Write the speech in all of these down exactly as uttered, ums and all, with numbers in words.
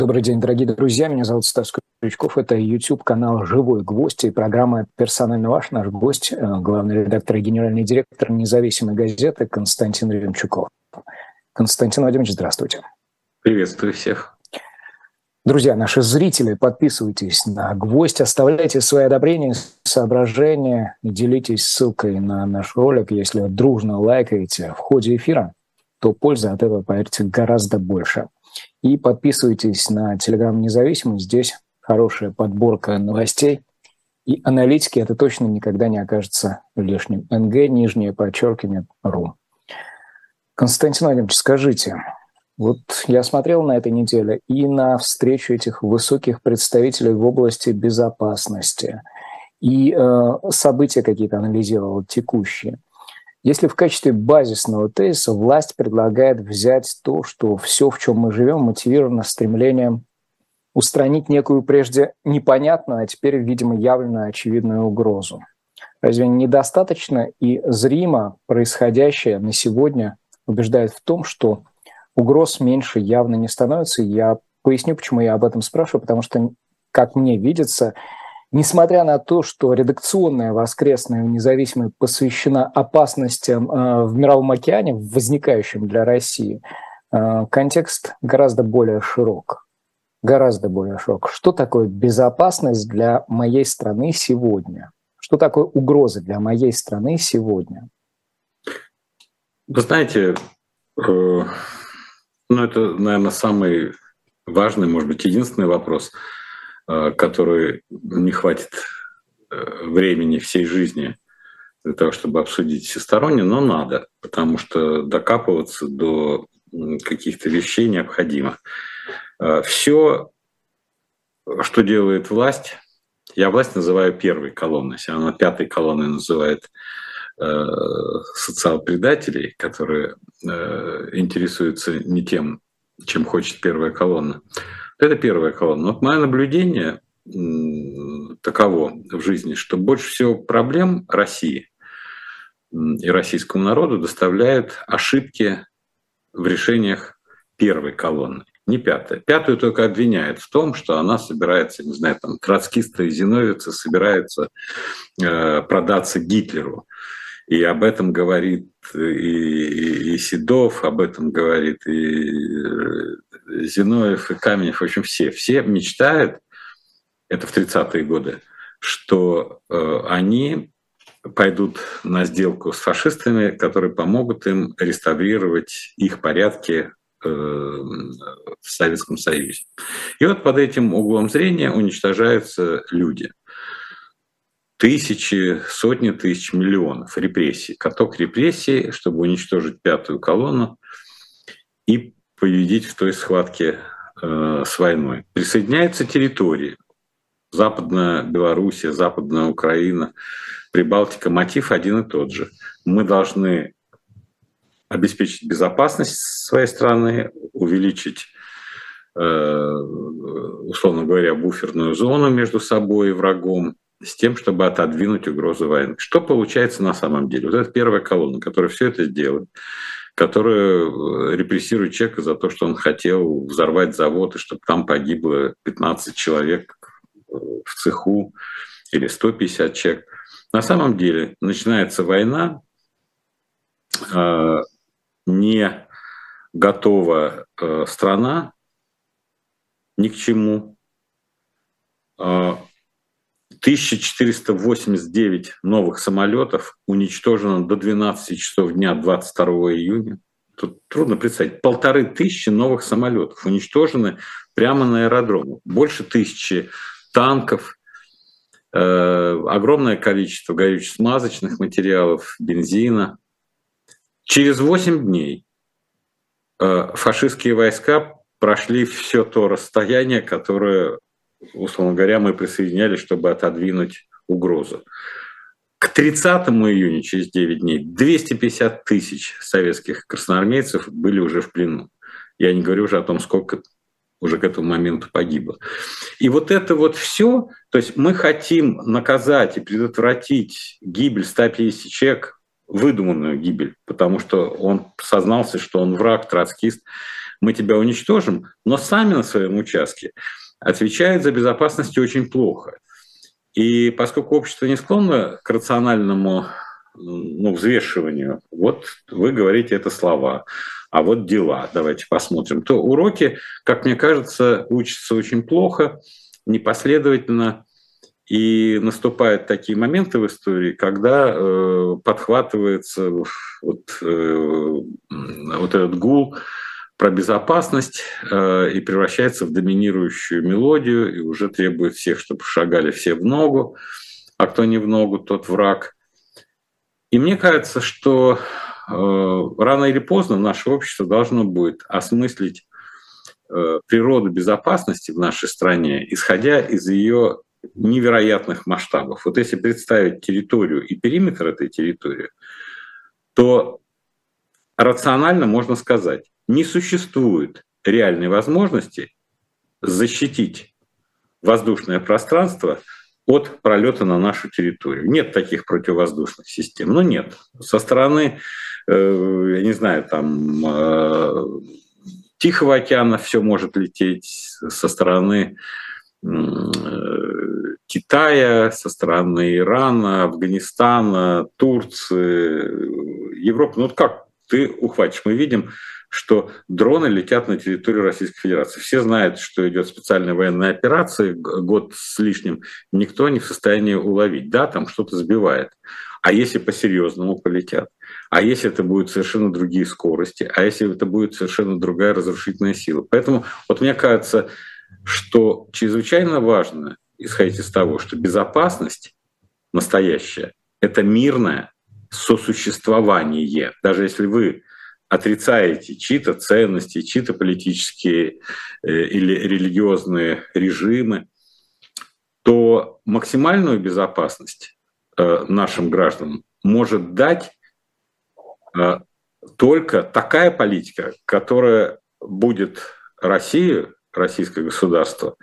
Добрый день, дорогие друзья. Меня зовут Стас Крючков. Это YouTube-канал «Живой гвоздь» и программа «Персонально ваш». Наш гость, главный редактор и генеральный директор независимой газеты Константин Ремчуков. Константин Владимирович, здравствуйте. Приветствую всех. Друзья, наши зрители, подписывайтесь на «Гвоздь», оставляйте свои одобрения, соображения, делитесь ссылкой на наш ролик. Если дружно лайкаете в ходе эфира, то пользы от этого, поверьте, гораздо больше. И подписывайтесь на Telegram Независимый. Здесь хорошая подборка новостей. И аналитики это точно никогда не окажется лишним. эн гэ, нижнее подчеркивание, ру. Константин Владимирович, скажите, вот я смотрел на этой неделе и на встречу этих высоких представителей в области безопасности, и э, события какие-то анализировал, текущие. Если в качестве базисного тезиса власть предлагает взять то, что все, в чем мы живем, мотивировано стремлением устранить некую прежде непонятную, а теперь, видимо, явно очевидную угрозу. Разве недостаточно и зримо происходящее на сегодня убеждает в том, что угроз меньше явно не становится? Я поясню, почему я об этом спрашиваю, потому что, как мне видится, несмотря на то, что редакционная воскресная независимая посвящена опасностям э, в Мировом океане, возникающим для России, э, контекст гораздо более широк. Гораздо более широк. Что такое безопасность для моей страны сегодня? Что такое угроза для моей страны сегодня? Вы знаете, э, ну это, наверное, самый важный, может быть, единственный вопрос, который не хватит времени всей жизни для того, чтобы обсудить всесторонне, но надо, потому что докапываться до каких-то вещей необходимо. Все, что делает власть, я власть называю первой колонной, если она пятой колонной называет социал-предателей, которые интересуются не тем, чем хочет первая колонна. Это первая колонна. Вот мое наблюдение таково в жизни, что больше всего проблем России и российскому народу доставляют ошибки в решениях первой колонны, не пятой. Пятую только обвиняют в том, что она собирается, не знаю, там, троцкисты и зиновьевцы собираются э, продаться Гитлеру. И об этом говорит и, и, и Седов, об этом говорит и Зиновьев, и Каменев, в общем, все. Все мечтают, это в тридцатые годы, что э, они пойдут на сделку с фашистами, которые помогут им реставрировать их порядки э, в Советском Союзе. И вот под этим углом зрения уничтожаются люди. Тысячи, сотни тысяч, миллионов репрессий. Каток репрессий, чтобы уничтожить пятую колонну и победить в той схватке э, с войной. Присоединяются территории. Западная Белоруссия, Западная Украина, Прибалтика. Мотив один и тот же. Мы должны обеспечить безопасность своей страны, увеличить, э, условно говоря, буферную зону между собой и врагом, с тем, чтобы отодвинуть угрозу войны. Что получается на самом деле? Вот это первая колонна, которая все это сделает, которая репрессирует человека за то, что он хотел взорвать завод, и чтобы там погибло пятнадцать человек в цеху или сто пятьдесят человек. На самом деле начинается война, не готова страна ни к чему. тысяча четыреста восемьдесят девять новых самолетов уничтожено до двенадцати часов дня двадцать второго июня. Тут трудно представить. Полторы тысячи новых самолетов уничтожены прямо на аэродроме. Больше тысячи танков, э, огромное количество горюче-смазочных материалов, бензина. Через восемь дней э, фашистские войска прошли все то расстояние, которое, условно говоря, мы присоединялись, чтобы отодвинуть угрозу. К тридцатому июня, через девять дней, двести пятьдесят тысяч советских красноармейцев были уже в плену. Я не говорю уже о том, сколько уже к этому моменту погибло. И вот это вот все, то есть мы хотим наказать и предотвратить гибель ста пятидесяти человек, выдуманную гибель, потому что он сознался, что он враг, троцкист. мы тебя уничтожим, но сами на своем участке отвечают за безопасность очень плохо. И поскольку общество не склонно к рациональному ну, взвешиванию, вот вы говорите это слова, а вот дела, давайте посмотрим, то уроки, как мне кажется, учатся очень плохо, непоследовательно, и наступают такие моменты в истории, когда э, подхватывается вот, э, вот этот гул про безопасность э, и превращается в доминирующую мелодию, и уже требует всех, чтобы шагали все в ногу, а кто не в ногу, тот враг. И мне кажется, что э, рано или поздно наше общество должно будет осмыслить э, природу безопасности в нашей стране, исходя из ее невероятных масштабов. Вот если представить территорию и периметр этой территории, то рационально можно сказать, не существует реальной возможности защитить воздушное пространство от пролета на нашу территорию. Нет таких противовоздушных систем. Ну нет. Со стороны, э, я не знаю, там э, Тихого океана все может лететь, со стороны э, Китая, со стороны Ирана, Афганистана, Турции, Европы. Ну вот как ты ухватишь? Мы видим, что дроны летят на территорию Российской Федерации. Все знают, что идет специальная военная операция, год с лишним, никто не в состоянии уловить. Да, там что-то сбивает. А если по-серьезному полетят? А если это будут совершенно другие скорости? А если это будет совершенно другая разрушительная сила? Поэтому вот мне кажется, что чрезвычайно важно исходить из того, что безопасность настоящая — это мирное сосуществование. Даже если вы отрицаете чьи-то ценности, чьи-то политические или религиозные режимы, то максимальную безопасность нашим гражданам может дать только такая политика, которая будет Россию, российское государство,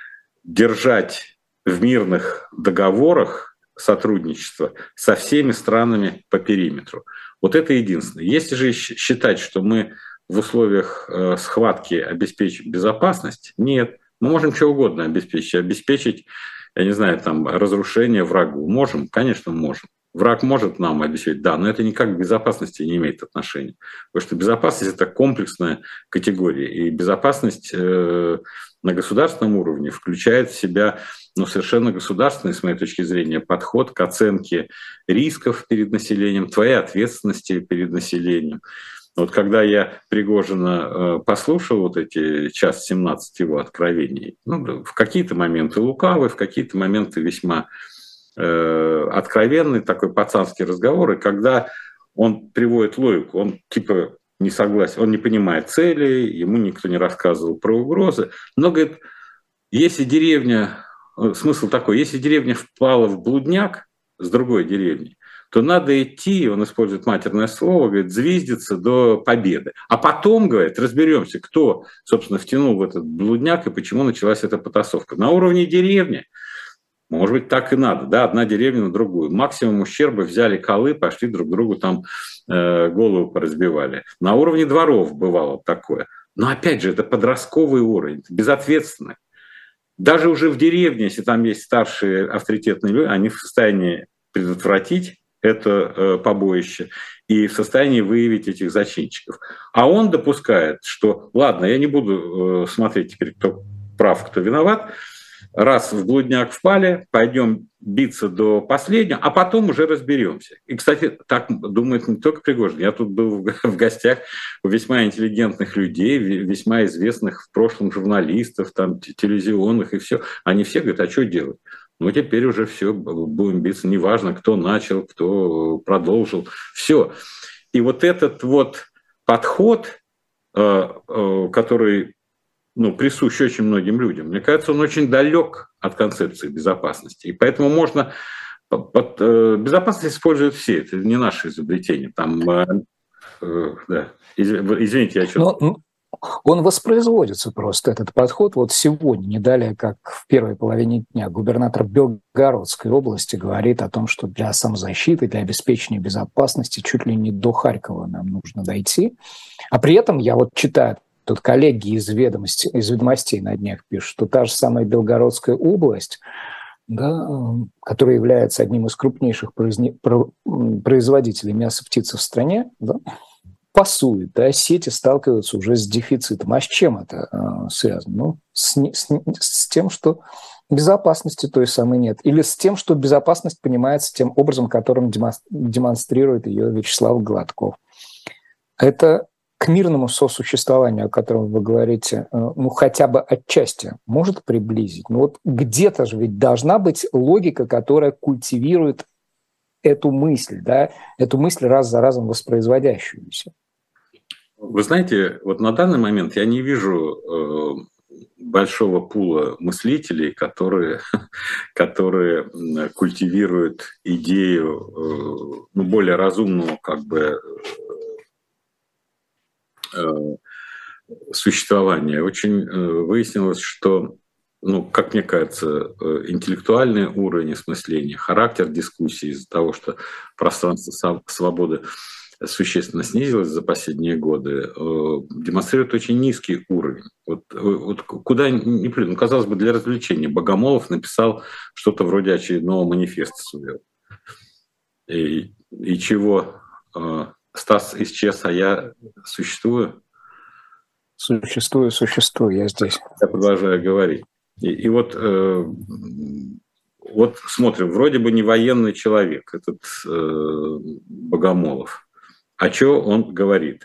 держать в мирных договорах сотрудничества со всеми странами по периметру. Вот это единственное. Если же считать, что мы в условиях э, схватки обеспечим безопасность, нет. Мы можем что угодно обеспечить. Обеспечить, я не знаю, там, разрушение врагу. Можем? Конечно, можем. Враг может нам обеспечить, да, но это никак к безопасности не имеет отношения. Потому что безопасность – это комплексная категория. И безопасность э, на государственном уровне включает в себя ну, совершенно государственный, с моей точки зрения, подход к оценке рисков перед населением, твоей ответственности перед населением. Вот когда я Пригожина э, послушал вот эти час семнадцать его откровений, ну, в какие-то моменты лукавый, в какие-то моменты весьма э, откровенный такой пацанский разговор, и когда он приводит логику, он типа не согласен, он не понимает цели, ему никто не рассказывал про угрозы, но говорит, если деревня... Смысл такой, если деревня впала в блудняк с другой деревней, то надо идти, он использует матерное слово, говорит, звездиться до победы. А потом, говорит, разберемся, кто, собственно, втянул в этот блудняк и почему началась эта потасовка. На уровне деревни, может быть, так и надо, да, одна деревня на другую. Максимум ущерба, взяли колы, пошли друг другу там э, голову поразбивали. На уровне дворов бывало такое. Но опять же, это подростковый уровень, безответственный. Даже уже в деревне, если там есть старшие авторитетные люди, они в состоянии предотвратить это э, побоище и в состоянии выявить этих зачинщиков. А он допускает, что, ладно, я не буду э, смотреть теперь, кто прав, кто виноват, раз в блудняк впали, пойдем биться до последнего, а потом уже разберемся. И, кстати, так думает не только Пригожин. Я тут был в гостях у весьма интеллигентных людей, весьма известных в прошлом журналистов, там, телевизионных и все. Они все говорят, а что делать? Ну, теперь уже все, будем биться. Неважно, кто начал, кто продолжил. Все. И вот этот вот подход, который... ну, присущ очень многим людям. Мне кажется, он очень далек от концепции безопасности. И поэтому можно... Под, э, безопасность используют все, это не наше изобретение. Там, э, э, да. Извините, я что-то... Он воспроизводится просто, этот подход. Вот сегодня, не далее, как в первой половине дня, губернатор Белгородской области говорит о том, что для самозащиты, для обеспечения безопасности чуть ли не до Харькова нам нужно дойти. А при этом я вот читаю Тут коллеги из ведомостей, из ведомостей на днях пишут, что та же самая Белгородская область, да, которая является одним из крупнейших производителей мяса птицы в стране, да, пасует, да, сети сталкиваются уже с дефицитом. А с чем это э, связано? Ну, с, с, с тем, что безопасности той самой нет. Или с тем, что безопасность понимается тем образом, которым демонстрирует ее Вячеслав Гладков. Это к мирному сосуществованию, о котором вы говорите, ну, хотя бы отчасти может приблизить. Но вот где-то же ведь должна быть логика, которая культивирует эту мысль, да, эту мысль раз за разом воспроизводящуюся. Вы знаете, вот на данный момент я не вижу э, большого пула мыслителей, которые, которые культивируют идею э, ну, более разумного как бы э, существования. Очень э, выяснилось, что, ну, как мне кажется, э, интеллектуальный уровень осмысления, характер дискуссии из-за того, что пространство свободы существенно снизилось за последние годы, демонстрирует очень низкий уровень. Вот, вот куда ни плюнь, ну, казалось бы, для развлечения Богомолов написал что-то вроде очередного манифеста своего. И, и чего? Стас исчез, а я существую? Существую, существую, я здесь. Я продолжаю говорить. И, и вот, э, вот смотрим, вроде бы не военный человек, этот э, Богомолов. А что он говорит?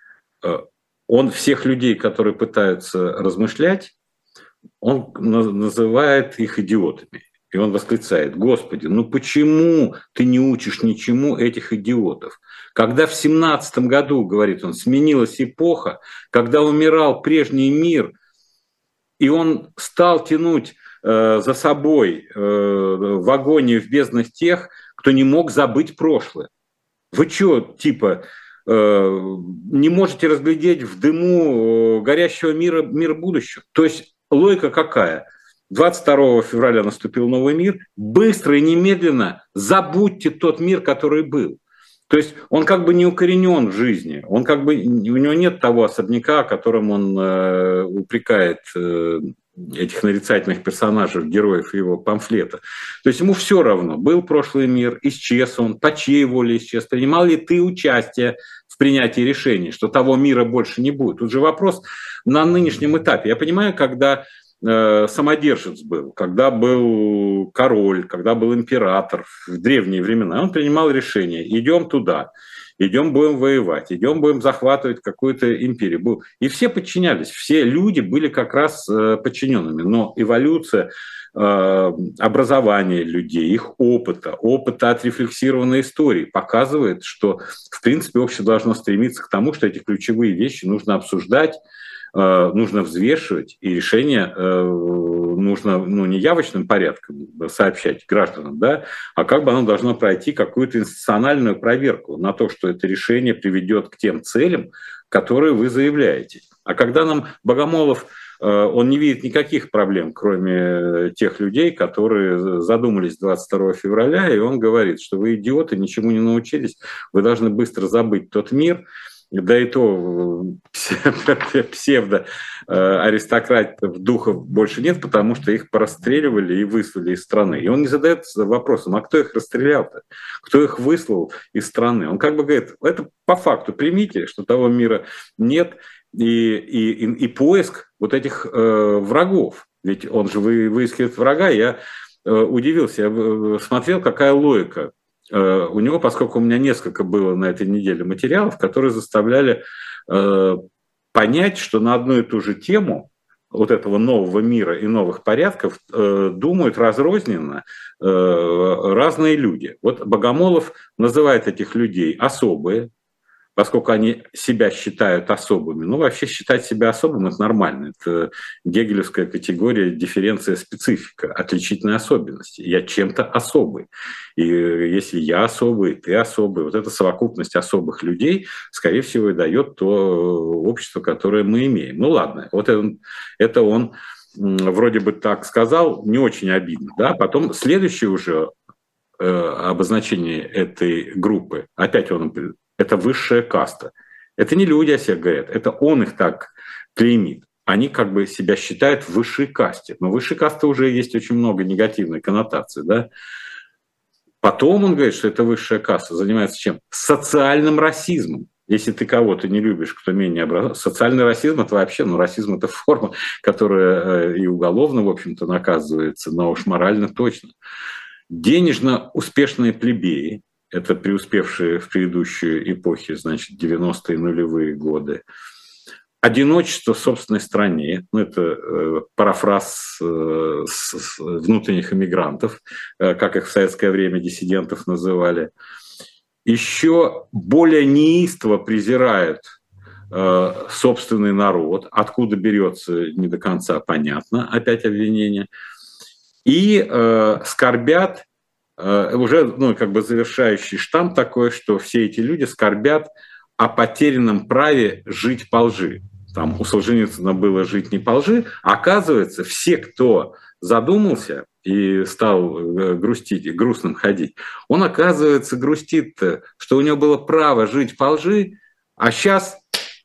Он всех людей, которые пытаются размышлять, он называет их идиотами. И он восклицает: Господи, ну почему ты не учишь ничему этих идиотов? Когда в семнадцатом году, говорит он, сменилась эпоха, когда умирал прежний мир, и он стал тянуть э, за собой э, в агонию в безднах тех, кто не мог забыть прошлое. Вы что, типа, э, не можете разглядеть в дыму горящего мира, мира будущего? То есть логика какая? двадцать второго февраля наступил новый мир. Быстро и немедленно забудьте тот мир, который был. То есть он как бы не укоренен в жизни. Он как бы, у него нет того особняка, которым он э, упрекает э, этих нарицательных персонажей, героев его памфлета. То есть ему все равно, был прошлый мир, исчез он, по чьей воле исчез, принимал ли ты участие в принятии решений, что того мира больше не будет. Тут же вопрос на нынешнем этапе. Я понимаю, когда э, самодержец был, когда был король, когда был император в древние времена, он принимал решение: идем туда, идем будем воевать, идем будем захватывать какую-то империю. И все подчинялись, все люди были как раз подчиненными. Но эволюция образования людей, их опыта, опыта отрефлексированной истории показывает, что, в принципе, общество должно стремиться к тому, что эти ключевые вещи нужно обсуждать, нужно взвешивать, и решение нужно, ну, не явочным порядком сообщать гражданам, да, а как бы оно должно пройти какую-то институциональную проверку на то, что это решение приведет к тем целям, которые вы заявляете. А когда нам Богомолов, он не видит никаких проблем, кроме тех людей, которые задумались двадцать второго февраля, и он говорит, что вы идиоты, ничему не научились, вы должны быстро забыть тот мир. Да и то псевдо-аристократов духов больше нет, потому что их порастреливали и выслали из страны. И он не задает вопросом: а кто их расстрелял-то? Кто их выслал из страны? Он как бы говорит: это по факту примите, что того мира нет, и, и, и, и поиск вот этих э, врагов. Ведь он же вы, выискивает врага. Я э, удивился, я смотрел, какая логика у него, поскольку у меня несколько было на этой неделе материалов, которые заставляли э, понять, что на одну и ту же тему вот этого нового мира и новых порядков э, думают разрозненно э, разные люди. Вот Богомолов называет этих людей особые, поскольку они себя считают особыми. Ну, вообще считать себя особым – это нормально. Это гегелевская категория дифференция специфика, отличительной особенности. Я чем-то особый. И если я особый, ты особый, вот эта совокупность особых людей, скорее всего, и дает то общество, которое мы имеем. Ну, ладно, вот это, это он вроде бы так сказал, не очень обидно. Да? Потом следующее уже э, обозначение этой группы, опять он... Это высшая каста. Это не люди о себе говорят, это он их так клеймит. Они как бы себя считают в высшей касте. Но в высшей касте уже есть очень много негативной коннотации. Да? Потом он говорит, что эта высшая каста занимается чем? Социальным расизмом. Если ты кого-то не любишь, кто менее образован. Социальный расизм – это вообще, ну, расизм – это форма, которая и уголовно, в общем-то, наказывается, но уж морально точно. Денежно успешные плебеи, это преуспевшие в предыдущей эпохе, значит, девяностые нулевые годы, одиночество в собственной стране, ну, это э, парафраз э, с, с внутренних эмигрантов, э, как их в советское время диссидентов называли, еще более неистово презирают э, собственный народ, откуда берется не до конца понятно, опять обвинение, и э, скорбят, э, уже ну, как бы завершающий штамп такой, что все эти люди скорбят о потерянном праве жить по лжи. Там у Солженицына было жить не по лжи, а оказывается, все, кто задумался и стал грустить, и грустным ходить, он, оказывается, грустит, что у него было право жить по лжи, а сейчас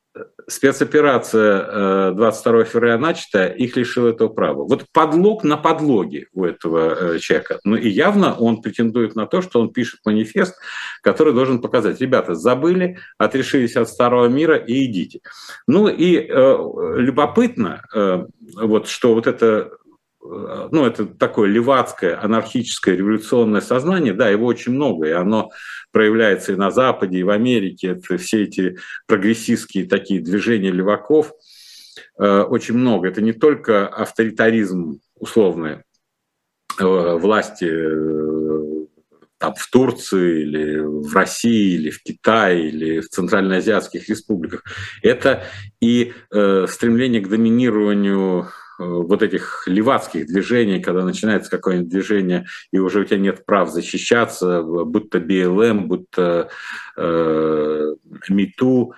спецоперация двадцать второго февраля начатая, их лишила этого права. Вот подлог на подлоге у этого человека. Ну и явно он претендует на то, что он пишет манифест, который должен показать: ребята, забыли, отрешились от старого мира и идите. Ну и э, любопытно, э, вот, что вот это, ну, это такое левацкое, анархическое, революционное сознание, да, его очень много, и оно проявляется и на Западе, и в Америке. Это все эти прогрессистские такие движения леваков, э, очень много. Это не только авторитаризм условный э, власти э, там, в Турции, или в России, или в Китае, или в центральноазиатских республиках. Это и э, стремление к доминированию вот этих левацких движений, когда начинается какое-нибудь движение, и уже у тебя нет прав защищаться, будь-то би эл эм, будь-то э, MeToo.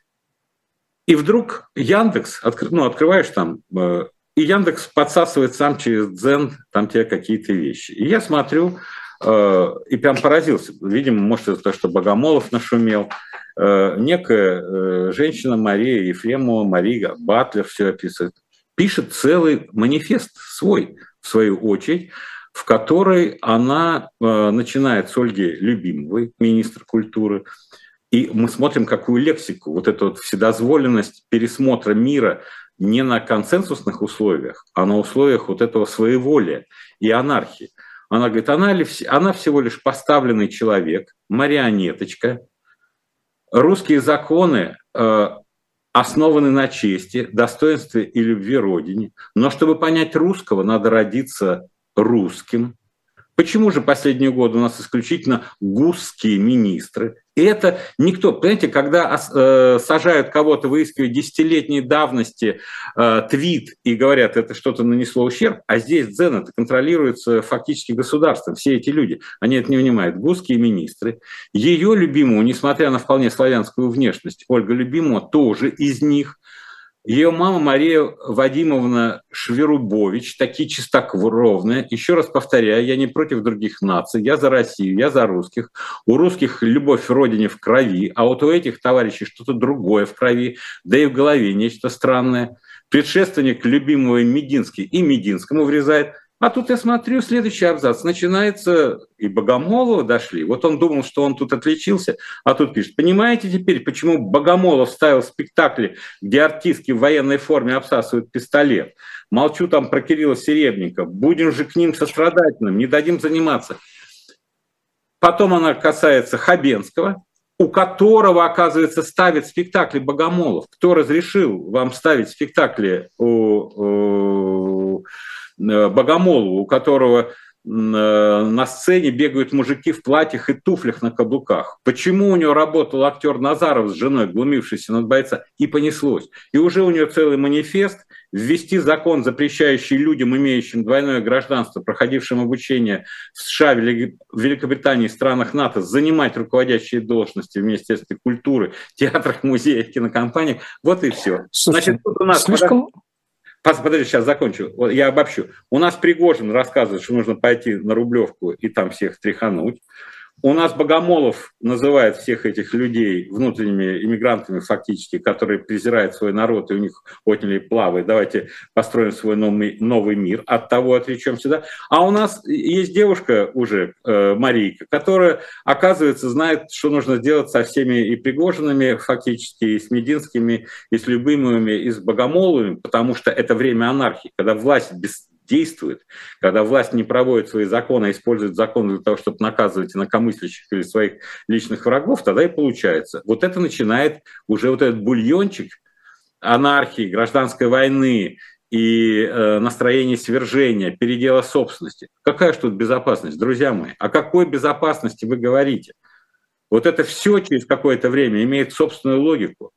И вдруг Яндекс, откр... ну, открываешь там, э, и Яндекс подсасывает сам через Дзен там тебе какие-то вещи. И я смотрю, э, и прям поразился. Видимо, может, это то, что Богомолов нашумел. Э, некая э, женщина Мария Ефремова, Мария Батлер все описывает. Пишет целый манифест свой, в свою очередь, в которой она э, начинает с Ольги Любимовой, министра культуры, и мы смотрим, какую лексику, вот эту вот вседозволенность пересмотра мира не на консенсусных условиях, а на условиях вот этого своеволия и анархии. Она говорит, она, она всего лишь поставленный человек, марионеточка, русские законы э, основаны на чести, достоинстве и любви Родине. Но чтобы понять русского, надо родиться русским. Почему же последние годы у нас исключительно гусские министры? И это никто, понимаете, когда э, сажают кого-то, выискивают десятилетней давности э, твит и говорят, это что-то нанесло ущерб, а здесь Дзен это контролируется фактически государством. Все эти люди, они это не понимают. Гусские министры. Ее любимую, несмотря на вполне славянскую внешность, Ольга Любимова тоже из них. Ее мама Мария Вадимовна Шверубович, таки чистокровная. Еще раз повторяю, я не против других наций, я за Россию, я за русских. У русских любовь к родине в крови, а вот у этих товарищей что-то другое в крови, да и в голове нечто странное. Предшественник любимого Мединский и Мединскому врезает. А тут я смотрю, следующий абзац начинается, и Богомолова дошли. Вот он думал, что он тут отличился, а тут пишет, понимаете теперь, почему Богомолов ставил спектакли, где артистки в военной форме обсасывают пистолет? Молчу там про Кирилла Серебника, будем же к ним сострадательным, не дадим заниматься. Потом она касается Хабенского, у которого, оказывается, ставит спектакли Богомолов. Кто разрешил вам ставить спектакли у... у Богомолову, у которого на сцене бегают мужики в платьях и туфлях на каблуках. Почему у него работал актер Назаров с женой, глумившийся над бойца, и понеслось. И уже у него целый манифест ввести закон, запрещающий людям, имеющим двойное гражданство, проходившим обучение в США, Великобритании и странах НАТО, занимать руководящие должности в Министерстве культуры, театрах, музеях, кинокомпаниях. Вот и все. Слушайте, значит, тут у нас... Слишком... Подожди, сейчас закончу. Я обобщу. У нас Пригожин рассказывает, что нужно пойти на Рублевку и там всех тряхануть. У нас Богомолов называет всех этих людей внутренними иммигрантами фактически, которые презирают свой народ, и у них отняли плавы. Давайте построим свой новый, новый мир, от того отречемся. Да? А у нас есть девушка уже, э, Марийка, которая, оказывается, знает, что нужно делать со всеми и Пригожинами фактически, и с Мединскими, и с Любимыми, и с Богомоловыми, потому что это время анархии, когда власть без действует, когда власть не проводит свои законы, а использует законы для того, чтобы наказывать инакомыслящих или своих личных врагов, тогда и получается. Вот это начинает уже вот этот бульончик анархии, гражданской войны и э, настроение свержения, передела собственности. Какая же тут безопасность, друзья мои? О какой безопасности вы говорите? Вот это все через какое-то время имеет собственную логику.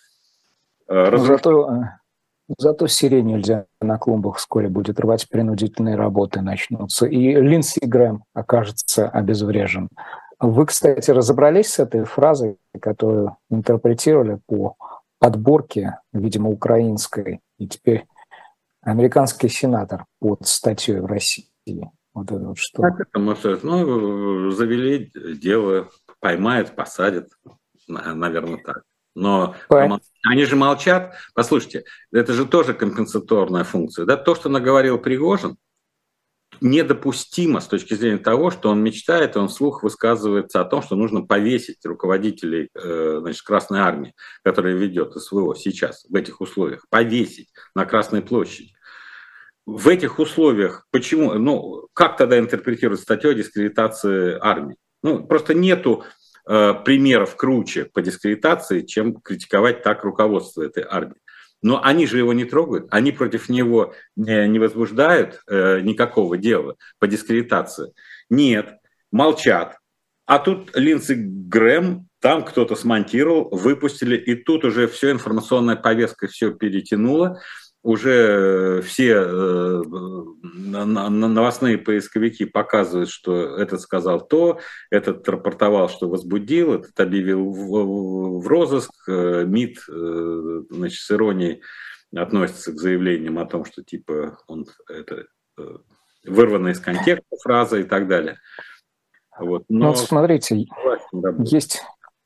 Э, разруш... Зато... Зато сирень нельзя на клумбах вскоре будет рвать, принудительные работы начнутся. И Линдси Грэм окажется обезврежен. Вы, кстати, разобрались с этой фразой, которую интерпретировали по подборке, видимо, украинской, и теперь американский сенатор под статьей в России. Вот это вот что. Как это может? Ну, завели дело, поймают, посадят, наверное, так. Но Ой. Они же молчат. Послушайте, это же тоже компенсаторная функция. Да? То, что наговорил Пригожин, недопустимо с точки зрения того, что он мечтает, и он вслух высказывается о том, что нужно повесить руководителей э, значит, Красной Армии, которая ведет СВО сейчас, в этих условиях. Повесить на Красной площади. В этих условиях почему? Ну, как тогда интерпретировать статью о дискредитации армии? Ну, просто нету примеров круче по дискредитации, чем критиковать так руководство этой армии. Но они же его не трогают, они против него не возбуждают э, никакого дела по дискредитации. Нет, молчат. А тут Линдси Грэм, там кто-то смонтировал, выпустили, и тут уже все, информационная повестка все перетянула. Уже все новостные поисковики показывают, что этот сказал то, этот рапортовал, что возбудил, этот объявил в розыск, МИД, значит, с иронией относится к заявлениям о том, что типа он это вырвано из контекста фраза и так далее. Вот. Но... Ну, вот смотрите, есть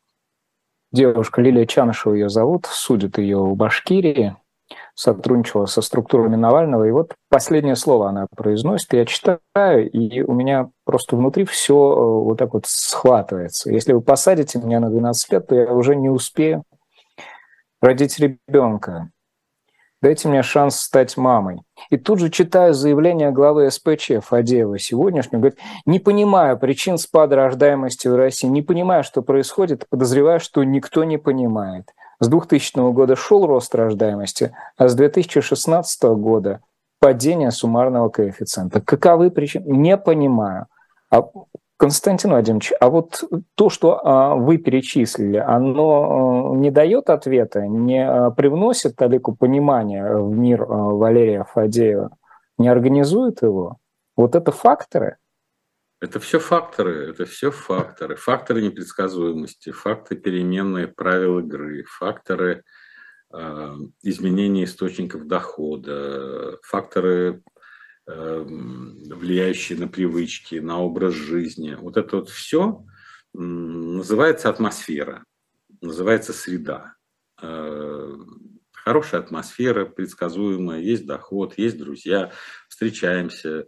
девушка Лилия Чанышева, ее зовут, судят ее в Башкирии, сотрудничала со структурами Навального, и вот последнее слово она произносит, я читаю, и у меня просто внутри все вот так вот схватывается. Если вы посадите меня на двенадцать лет, то я уже не успею родить ребенка. Дайте мне шанс стать мамой. И тут же читаю заявление главы СПЧ Фадеева сегодняшнего, говорит, не понимаю причин спада рождаемости в России, не понимаю, что происходит, подозреваю, что никто не понимает. С двухтысячного года шел рост рождаемости, а с две тысячи шестнадцатого года падение суммарного коэффициента. Каковы причины? Не понимаю. А, Константин Владимирович, а вот то, что а, вы перечислили, оно а, не дает ответа, не а, привносит талику понимания в мир а, Валерия Фадеева, не организует его? Вот это факторы? Это все факторы, это все факторы. Факторы непредсказуемости, факторы переменные правил игры, факторы э, изменения источников дохода, факторы, э, влияющие на привычки, на образ жизни. Вот это вот все э, называется атмосфера, называется среда. Э, хорошая атмосфера, предсказуемая, есть доход, есть друзья, встречаемся,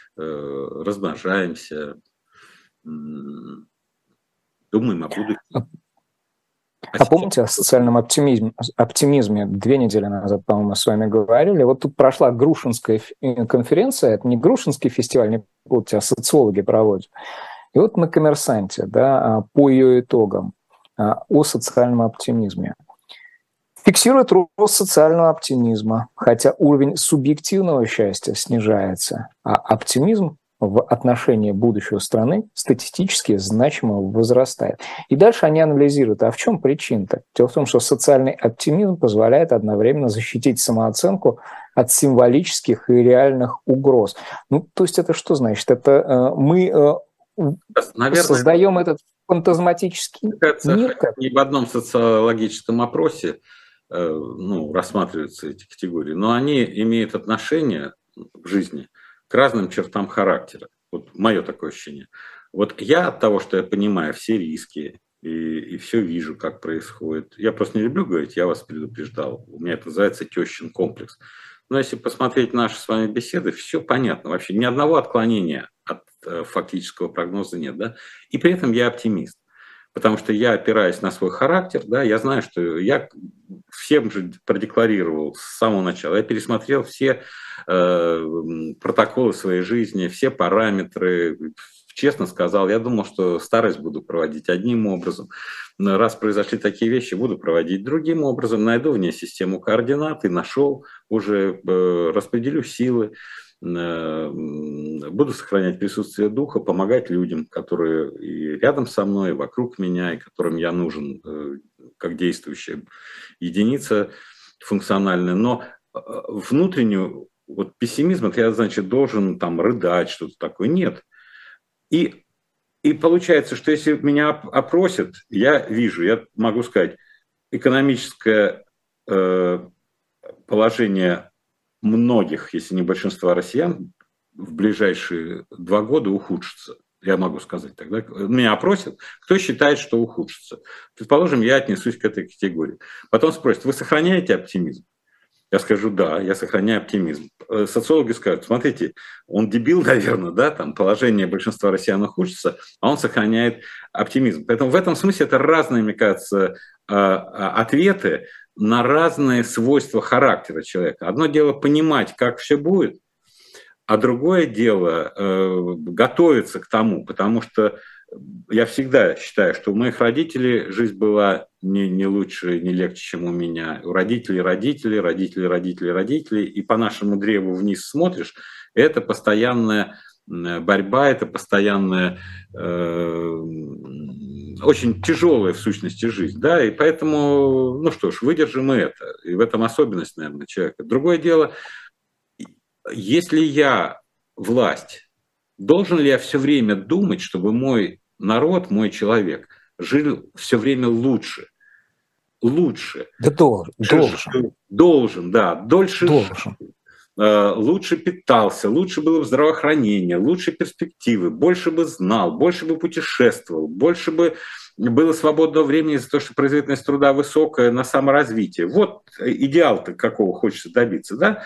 размножаемся, думаем о будущем. А, а помните о социальном оптимизме, оптимизме? Две недели назад, по-моему, мы с вами говорили. Вот тут прошла Грушинская конференция, это не Грушинский фестиваль, не путайте, а социологи проводят. И вот на «Коммерсанте», да, по ее итогам, о социальном оптимизме. Фиксирует рост социального оптимизма, хотя уровень субъективного счастья снижается, а оптимизм в отношении будущего страны статистически значимо возрастает. И дальше они анализируют, а в чем причина-то? Дело в том, что социальный оптимизм позволяет одновременно защитить самооценку от символических и реальных угроз. Ну, то есть это что значит? Это э, мы э, Наверное, создаем это... этот фантазматический мир? Ни в одном социологическом опросе ну, рассматриваются эти категории, но они имеют отношение в жизни к разным чертам характера. Вот мое такое ощущение. Вот я от того, что я понимаю все риски и, и все вижу, как происходит, я просто не люблю говорить, я вас предупреждал. У меня это называется тещин комплекс. Но если посмотреть наши с вами беседы, все понятно. Вообще ни одного отклонения от э, фактического прогноза нет. Да? И при этом я оптимист. Потому что я опираюсь на свой характер, да, я знаю, что я всем же продекларировал с самого начала. Я пересмотрел все э, протоколы своей жизни, все параметры. Честно сказал, я думал, что старость буду проводить одним образом. Но раз произошли такие вещи, буду проводить другим образом. Найду в ней систему координат и нашел, уже э, распределю силы. Буду сохранять присутствие духа, помогать людям, которые и рядом со мной, и вокруг меня, и которым я нужен как действующая единица функциональная. Но внутреннюю вот пессимизм, это я, значит, должен там рыдать, что-то такое. Нет. И, и получается, что если меня опросят, я вижу, я могу сказать, экономическое э, положение многих, если не большинства россиян, в ближайшие два года ухудшится. Я могу сказать тогда. Меня опросят, кто считает, что ухудшится. Предположим, я отнесусь к этой категории. Потом спросят, вы сохраняете оптимизм? Я скажу, да, я сохраняю оптимизм. Социологи скажут, смотрите, он дебил, наверное, да, там положение большинства россиян ухудшится, а он сохраняет оптимизм. Поэтому в этом смысле это разные, мне кажется, ответы на разные свойства характера человека. Одно дело понимать, как все будет, а другое дело э, готовиться к тому, потому что я всегда считаю, что у моих родителей жизнь была не, не лучше, не легче, чем у меня. У родителей родители, родители, родители, родители. И по нашему древу вниз смотришь, это постоянная борьба, это постоянная, э, очень тяжелая в сущности жизнь. Да? И поэтому, ну что ж, выдержим и это. И в этом особенность, наверное, человека. Другое дело, если я власть, должен ли я все время думать, чтобы мой народ, мой человек жил все время лучше? Лучше. Да должен. Должен, должен да. Дольше должен. Жил, лучше питался, лучше было бы здравоохранение, лучше перспективы, больше бы знал, больше бы путешествовал, больше бы было свободного времени за то, что производительность труда высокая на саморазвитие. Вот идеал-то какого хочется добиться, да?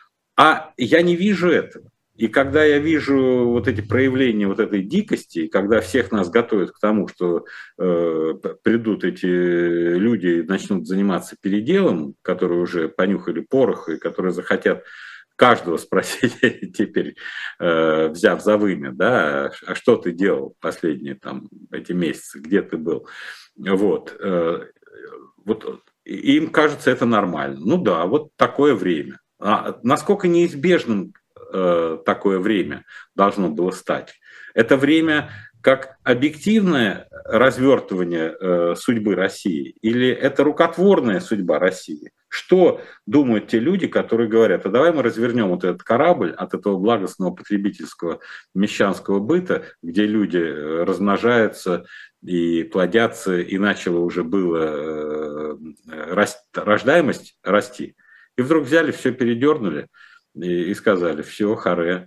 А я не вижу этого. И когда я вижу вот эти проявления вот этой дикости, когда всех нас готовят к тому, что э, придут эти люди и начнут заниматься переделом, которые уже понюхали порох и которые захотят каждого спросить теперь, э, взяв за вымя, да, а что ты делал последние там эти месяцы, где ты был? Вот. Э, вот им кажется это нормально. Ну да, вот такое время. А насколько неизбежным э, такое время должно было стать? Это время как объективное развертывание э, судьбы России или это рукотворная судьба России? Что думают те люди, которые говорят, а давай мы развернем вот этот корабль от этого благостного потребительского мещанского быта, где люди размножаются и плодятся, и начало уже было э, рождаемость расти. И вдруг взяли, все передернули и, и сказали, все, харе.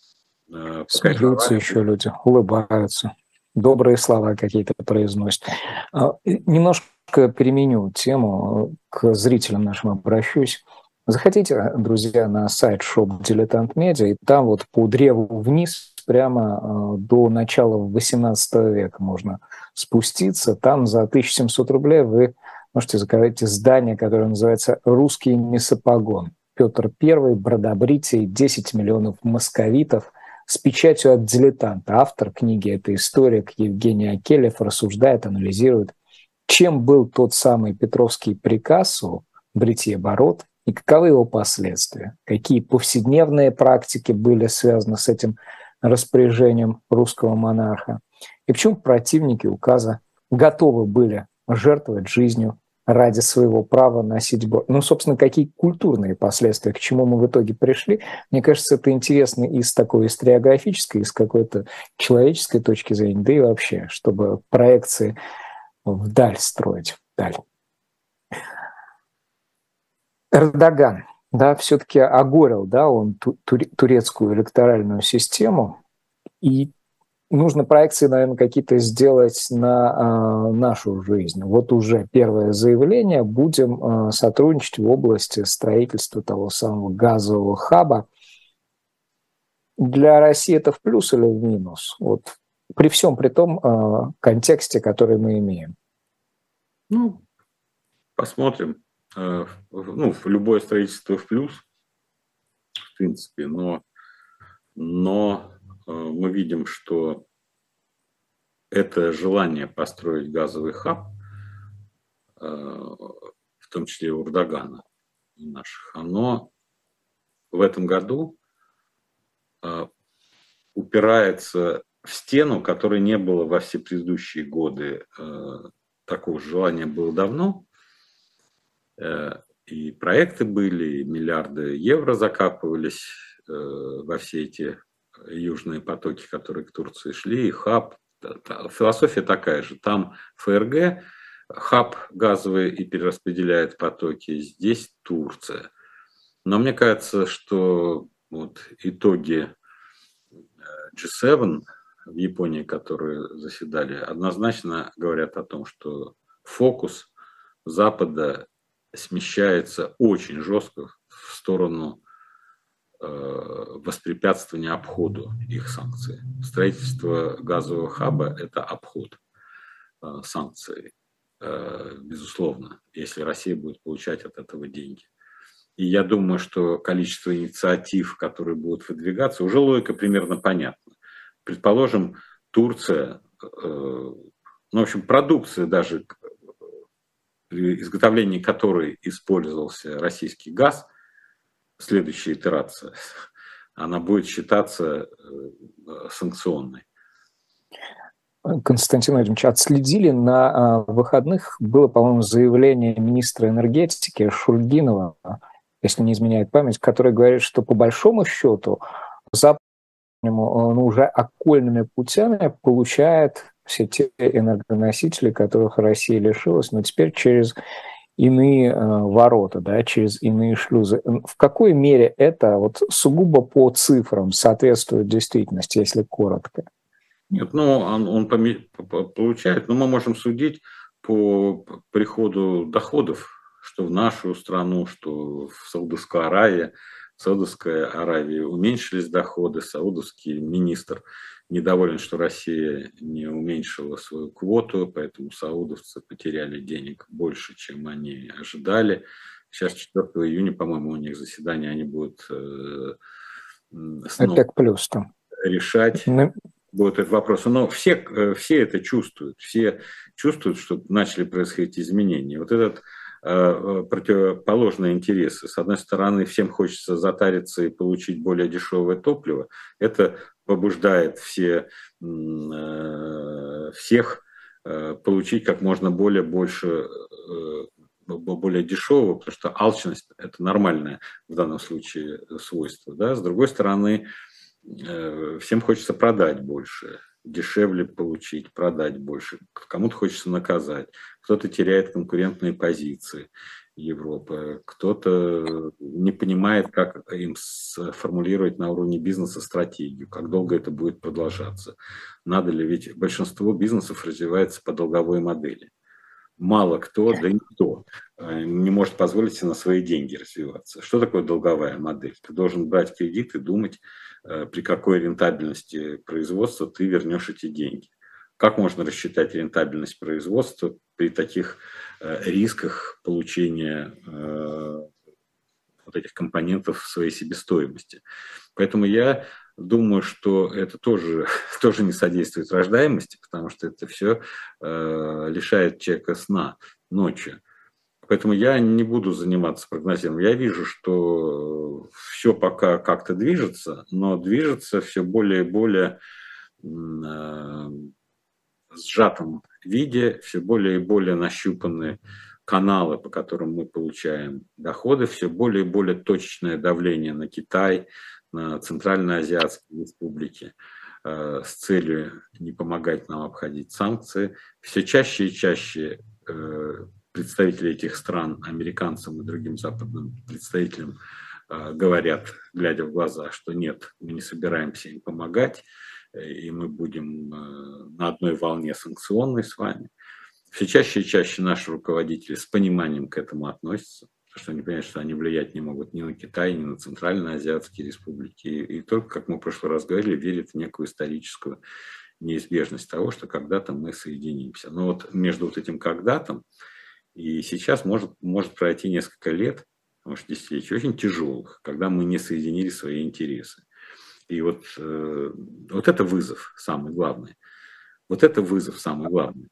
Э, Смеются еще люди, улыбаются, добрые слова какие-то произносят. Немножко переменю тему, к зрителям нашим обращусь. Заходите, друзья, на сайт Shop Дилетант Медиа, и там вот по древу вниз прямо до начала восемнадцатого века можно спуститься. Там за тысячу семьсот рублей вы можете заказать издание, которое называется «Русский месопогон». Петр Первый, бродобритие, десять миллионов московитов с печатью от дилетанта. Автор книги – это историк Евгений Акелев, рассуждает, анализирует, чем был тот самый Петровский приказ о бритье бород и каковы его последствия, какие повседневные практики были связаны с этим распоряжением русского монарха, и почему противники указа готовы были жертвовать жизнью ради своего права носить бород. Ну, собственно, какие культурные последствия, к чему мы в итоге пришли. Мне кажется, это интересно и с такой историографической, и с какой-то человеческой точки зрения, да и вообще, чтобы проекции вдаль строить, вдаль. Эрдоган, да, все-таки огорил, да, он турецкую электоральную систему, и нужно проекции, наверное, какие-то сделать на э, нашу жизнь. Вот уже первое заявление. Будем э, сотрудничать в области строительства того самого газового хаба. Для России это в плюс или в минус? Вот при всем при том э, контексте, который мы имеем. Ну, посмотрим. Э, ну, любое строительство в плюс, в принципе, но, но э, мы видим, что это желание построить газовый хаб, э, в том числе у Эрдогана наших, оно в этом году э, упирается в стену, которой не было во все предыдущие годы. Э, такого желания было давно. Э, и проекты были, и миллиарды евро закапывались э, во все эти южные потоки, которые к Турции шли, и хаб. Философия такая же. Там ФРГ, хаб газовый и перераспределяет потоки. Здесь Турция. Но мне кажется, что вот итоги джи семь в Японии, которые заседали, однозначно говорят о том, что фокус Запада смещается очень жестко в сторону воспрепятствования обходу их санкций. Строительство газового хаба – это обход санкций, безусловно, если Россия будет получать от этого деньги. И я думаю, что количество инициатив, которые будут выдвигаться, уже логика примерно понятна. Предположим, Турция, ну, в общем, продукция даже, при изготовлении которой использовался российский газ, следующая итерация, она будет считаться санкционной. Константин Владимирович, отследили на выходных, было, по-моему, заявление министра энергетики Шульгинова, если не изменяет память, который говорит, что по большому счету Запад ну, уже окольными путями получает все те энергоносители, которых Россия лишилась, но теперь через иные э, ворота, да, через иные шлюзы. В какой мере это вот сугубо по цифрам соответствует действительности, если коротко? Нет, ну он, он получает, но мы можем судить по приходу доходов, что в нашу страну, что в Саудовскую Аравию. В Саудовской Аравии уменьшились доходы, саудовский министр недоволен, что Россия не уменьшила свою квоту, поэтому саудовцы потеряли денег больше, чем они ожидали. Сейчас четвёртого июня, по-моему, у них заседание, они будут э, снова ОПЕК плюс там решать mm. будут этот вопрос. Но все, все это чувствуют, все чувствуют, что начали происходить изменения. Вот этот противоположные интересы. С одной стороны, всем хочется затариться и получить более дешевое топливо. Это побуждает все, всех получить как можно более больше, более дешевого, потому что алчность – это нормальное в данном случае свойство. Да? С другой стороны, всем хочется продать больше, дешевле получить, продать больше. Кому-то хочется наказать, кто-то теряет конкурентные позиции Европы, кто-то не понимает, как им сформулировать на уровне бизнеса стратегию, как долго это будет продолжаться. Надо ли, ведь большинство бизнесов развивается по долговой модели. Мало кто, да никто не может позволить себе на свои деньги развиваться. Что такое долговая модель? Ты должен брать кредит и думать, при какой рентабельности производства ты вернешь эти деньги. Как можно рассчитать рентабельность производства при таких рисках получения вот этих компонентов в своей себестоимости? Поэтому я думаю, что это тоже, тоже не содействует рождаемости, потому что это все э, лишает человека сна ночью. Поэтому я не буду заниматься прогнозированием. Я вижу, что все пока как-то движется, но движется все более и более э, сжатом виде, все более и более нащупаны каналы, по которым мы получаем доходы, все более и более точечное давление на Китай, на Центральноазиатские республики э, с целью не помогать нам обходить санкции. Все чаще и чаще э, представители этих стран, американцам и другим западным представителям, э, говорят, глядя в глаза, что нет, мы не собираемся им помогать. и мы будем на одной волне санкционной с вами. Все чаще и чаще наши руководители с пониманием к этому относятся, потому что они понимают, что они влиять не могут ни на Китай, ни на Центральноазиатские республики. И, и только, как мы в прошлый раз говорили, верят в некую историческую неизбежность того, что когда-то мы соединимся. Но вот между вот этим когда-то и сейчас может, может пройти несколько лет, может, десятилетий, очень тяжелых, когда мы не соединили свои интересы. И вот, э, вот это вызов самый главный. Вот это вызов самый главный.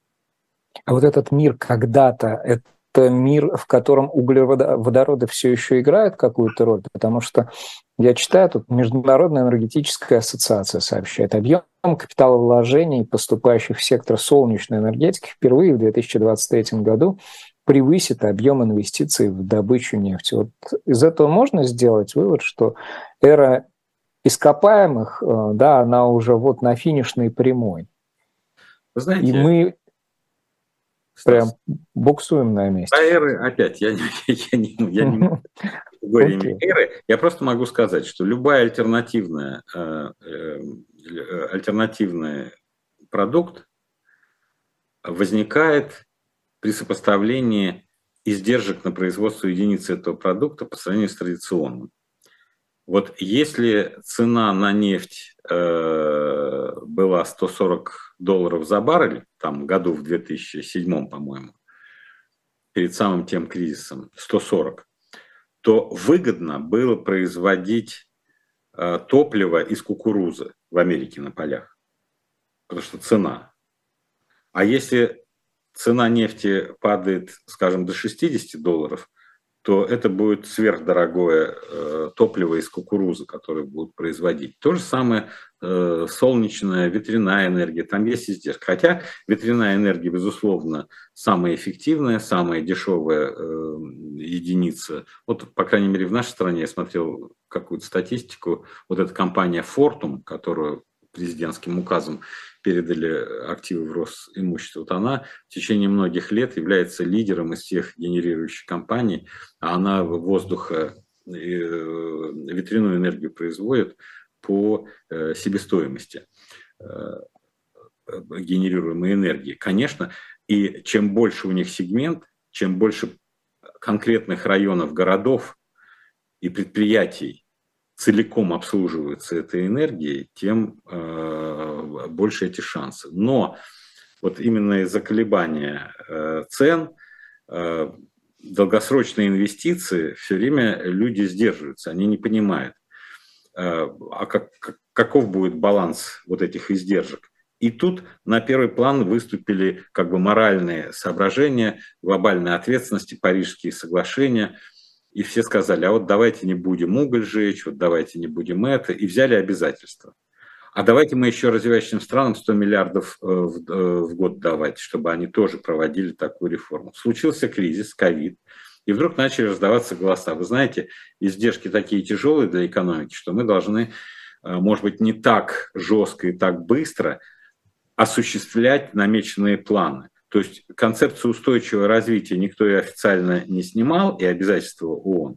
А вот этот мир когда-то, это мир, в котором углеводороды все еще играют какую-то роль, потому что я читаю, тут Международная энергетическая ассоциация сообщает, объем капиталовложений, поступающих в сектор солнечной энергетики, впервые в две тысячи двадцать третьем году превысит объем инвестиций в добычу нефти. Вот из этого можно сделать вывод, что эра ископаемых, да, она уже вот на финишной прямой. Вы знаете, и мы прям буксуем на месте. А эры, опять, я, я, я не, я не могу категориями okay. эры, я просто могу сказать, что любая альтернативная, э, э, альтернативный продукт возникает при сопоставлении издержек на производство единицы этого продукта по сравнению с традиционным. Вот если цена на нефть э, была сто сорок долларов за баррель, там году в две тысячи седьмом, по-моему, перед самым тем кризисом, сто сорок, то выгодно было производить э, топливо из кукурузы в Америке на полях, потому что цена. А если цена нефти падает, скажем, до шестидесяти долларов, то это будет сверхдорогое э, топливо из кукурузы, которое будут производить. То же самое э, солнечная, ветряная энергия, там есть издержки. Хотя ветряная энергия, безусловно, самая эффективная, самая дешевая э, единица. Вот, по крайней мере, в нашей стране я смотрел какую-то статистику. Вот эта компания Fortum, которую президентским указом передали активы в Росимущество, вот она в течение многих лет является лидером из всех генерирующих компаний, а она воздуха ветряную энергию производит по себестоимости генерируемой энергии. Конечно, и чем больше у них сегмент, чем больше конкретных районов, городов и предприятий целиком обслуживаются этой энергией, тем э, больше эти шансы. Но вот именно из-за колебания э, цен, э, долгосрочные инвестиции все время люди сдерживаются, они не понимают, э, а как, как, каков будет баланс вот этих издержек. И тут на первый план выступили как бы моральные соображения, глобальной ответственности, Парижские соглашения. И все сказали, а вот давайте не будем уголь жечь, вот давайте не будем это, и взяли обязательства. А давайте мы еще развивающим странам сто миллиардов в год давать, чтобы они тоже проводили такую реформу. Случился кризис, ковид, и вдруг начали раздаваться голоса. Вы знаете, издержки такие тяжелые для экономики, что мы должны, может быть, не так жестко и так быстро осуществлять намеченные планы. То есть концепцию устойчивого развития никто и официально не снимал, и обязательства ООН.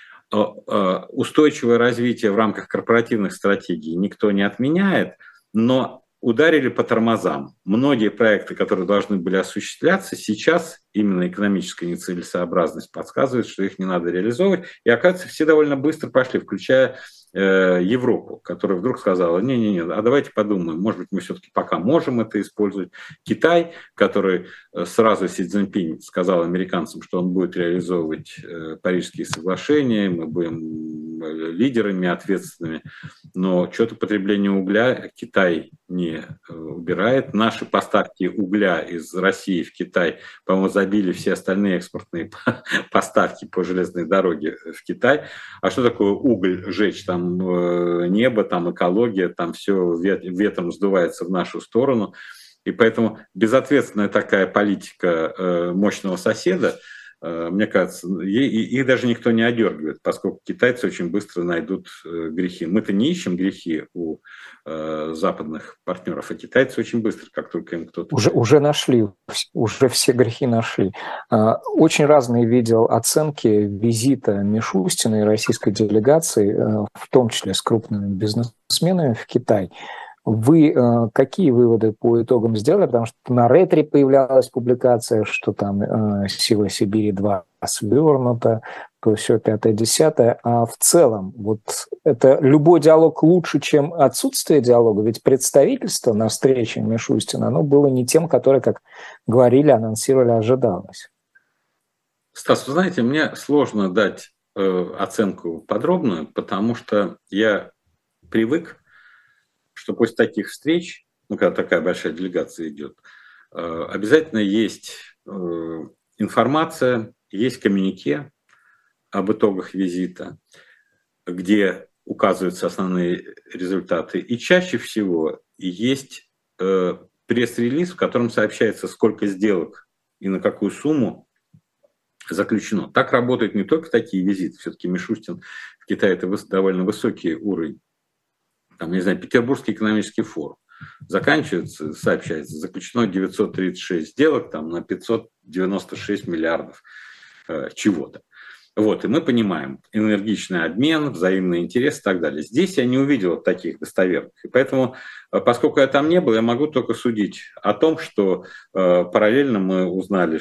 Устойчивое развитие в рамках корпоративных стратегий никто не отменяет, но ударили по тормозам. Многие проекты, которые должны были осуществляться, сейчас именно экономическая нецелесообразность подсказывает, что их не надо реализовывать. И, оказывается, все довольно быстро пошли, включая э, Европу, которая вдруг сказала, не-не-не, а давайте подумаем, может быть, мы все-таки пока можем это использовать. Китай, который сразу Си Цзиньпинь сказал американцам, что он будет реализовывать э, Парижские соглашения, мы будем лидерами ответственными, но что-то потребление угля Китай не убирает. Наши поставки угля из России в Китай, по-моему, забили все остальные экспортные поставки по железной дороге в Китай. А что такое уголь жечь? Там небо, там экология, там все ветром сдувается в нашу сторону. И поэтому безответственная такая политика мощного соседа, мне кажется, их даже никто не одергивает, поскольку китайцы очень быстро найдут грехи. Мы-то не ищем грехи у э, западных партнеров, а китайцы очень быстро, как только им кто-то... Уже, уже нашли, уже все грехи нашли. Очень разные видел оценки визита Мишустина и российской делегации, в том числе с крупными бизнесменами в Китай. Вы э, какие выводы по итогам сделали? Потому что на ретре появлялась публикация, что там э, «Сила Сибири-два» свернута, то все пятое-десятое. А в целом, вот это любой диалог лучше, чем отсутствие диалога? Ведь представительство на встрече Мишустина, оно было не тем, которое, как говорили, анонсировали, ожидалось. Стас, вы знаете, мне сложно дать э, оценку подробную, потому что я привык, что после таких встреч, ну, когда такая большая делегация идет, э, обязательно есть э, информация, есть коммюнике об итогах визита, где указываются основные результаты. И чаще всего есть э, пресс-релиз, в котором сообщается, сколько сделок и на какую сумму заключено. Так работают не только такие визиты. Все-таки Мишустин в Китае – это довольно высокий уровень. Там, не знаю, Петербургский экономический форум. Заканчивается, сообщается, заключено девятьсот тридцать шесть сделок там, на пятьсот девяносто шесть миллиардов э, чего-то. Вот, и мы понимаем, энергичный обмен, взаимный интерес и так далее. Здесь я не увидел таких достоверных. И поэтому, поскольку я там не был, я могу только судить о том, что э, параллельно мы узнали,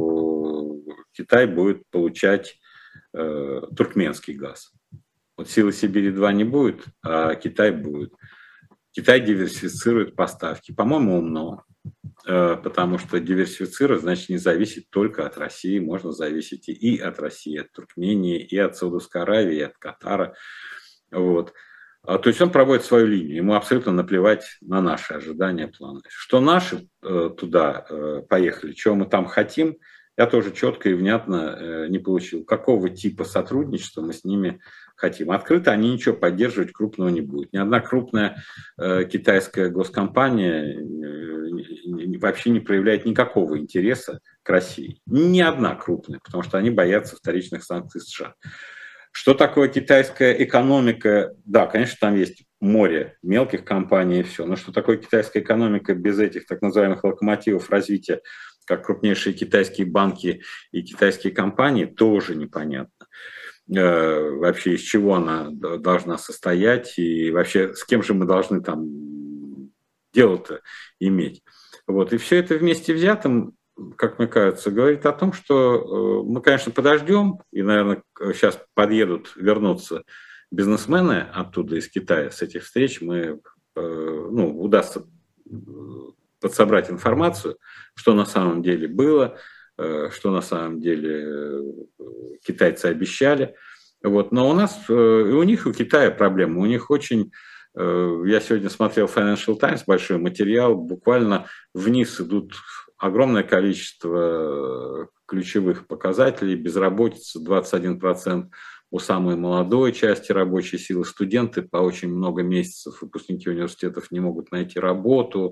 что Китай будет получать э, туркменский газ. Вот «Силы Сибири-два» не будет, а Китай будет. Китай диверсифицирует поставки. По-моему, умно. Потому что диверсифицировать значит не зависеть только от России, можно зависеть и от России, и от Туркмении, и от Саудовской Аравии, и от Катара. Вот. То есть он проводит свою линию, ему абсолютно наплевать на наши ожидания, планы. Что наши туда поехали, чего мы там хотим, я тоже четко и внятно не получил. Какого типа сотрудничества мы с ними хотим. Открыто они ничего поддерживать крупного не будут. Ни одна крупная э, китайская госкомпания э, вообще не проявляет никакого интереса к России. Ни одна крупная, потому что они боятся вторичных санкций США. Что такое китайская экономика? Да, конечно, там есть море мелких компаний и все. Но что такое китайская экономика без этих так называемых локомотивов развития, как крупнейшие китайские банки и китайские компании, тоже непонятно. Вообще из чего она должна состоять и вообще с кем же мы должны там дело-то иметь. Вот. И все это вместе взятым, как мне кажется, говорит о том, что мы, конечно, подождем, и, наверное, сейчас подъедут, вернутся бизнесмены оттуда, из Китая, с этих встреч, мы, ну, удастся подсобрать информацию, что на самом деле было, что на самом деле китайцы обещали. Вот. Но у нас, и у них, и у Китая проблема. У них очень, я сегодня смотрел Financial Times, большой материал, буквально вниз идут огромное количество ключевых показателей, безработица двадцать один процент у самой молодой части рабочей силы, студенты по очень много месяцев, выпускники университетов не могут найти работу,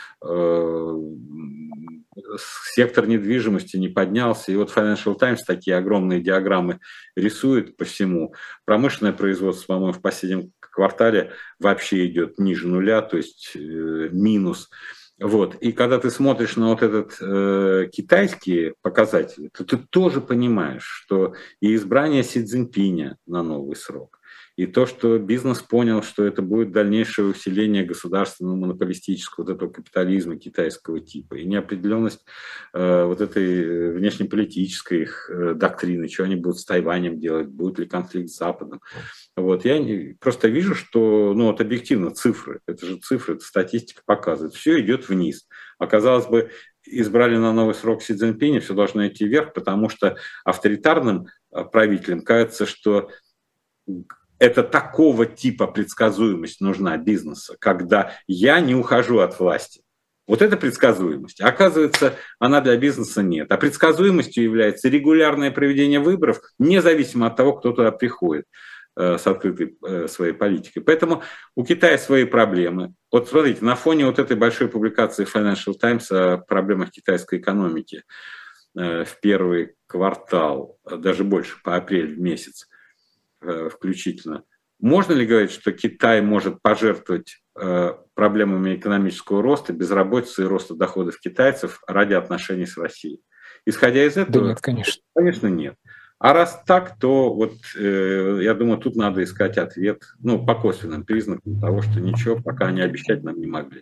сектор недвижимости не поднялся. И вот Financial Times такие огромные диаграммы рисует по всему. Промышленное производство, по-моему, в последнем квартале вообще идет ниже нуля, то есть э, минус. Вот. И когда ты смотришь на вот этот э, китайские показатели, то ты тоже понимаешь, что и избрание Си Цзиньпиня на новый срок, и то, что бизнес понял, что это будет дальнейшее усиление государственного монополистического вот этого капитализма китайского типа, и неопределенность э, вот этой внешнеполитической их э, доктрины, что они будут с Тайванем делать, будет ли конфликт с Западом. Вот. Я просто вижу, что, ну вот объективно цифры, это же цифры, это статистика показывает, все идет вниз. Оказалось бы, избрали на новый срок Си Цзиньпиня, все должно идти вверх, потому что авторитарным правителям кажется, что это такого типа предсказуемость нужна бизнесу, когда я не ухожу от власти. Вот это предсказуемость. Оказывается, она для бизнеса нет. А предсказуемостью является регулярное проведение выборов, независимо от того, кто туда приходит э, с открытой э, своей политикой. Поэтому у Китая свои проблемы. Вот смотрите, на фоне вот этой большой публикации Financial Times о проблемах китайской экономики э, в первый квартал, даже больше, по апрель месяц, включительно. Можно ли говорить, что Китай может пожертвовать э, проблемами экономического роста, безработицы и роста доходов китайцев ради отношений с Россией? Исходя из этого, да нет, конечно. Конечно, нет. А раз так, то вот э, я думаю, тут надо искать ответ, ну, по косвенным признакам того, что ничего пока они обещать нам не могли.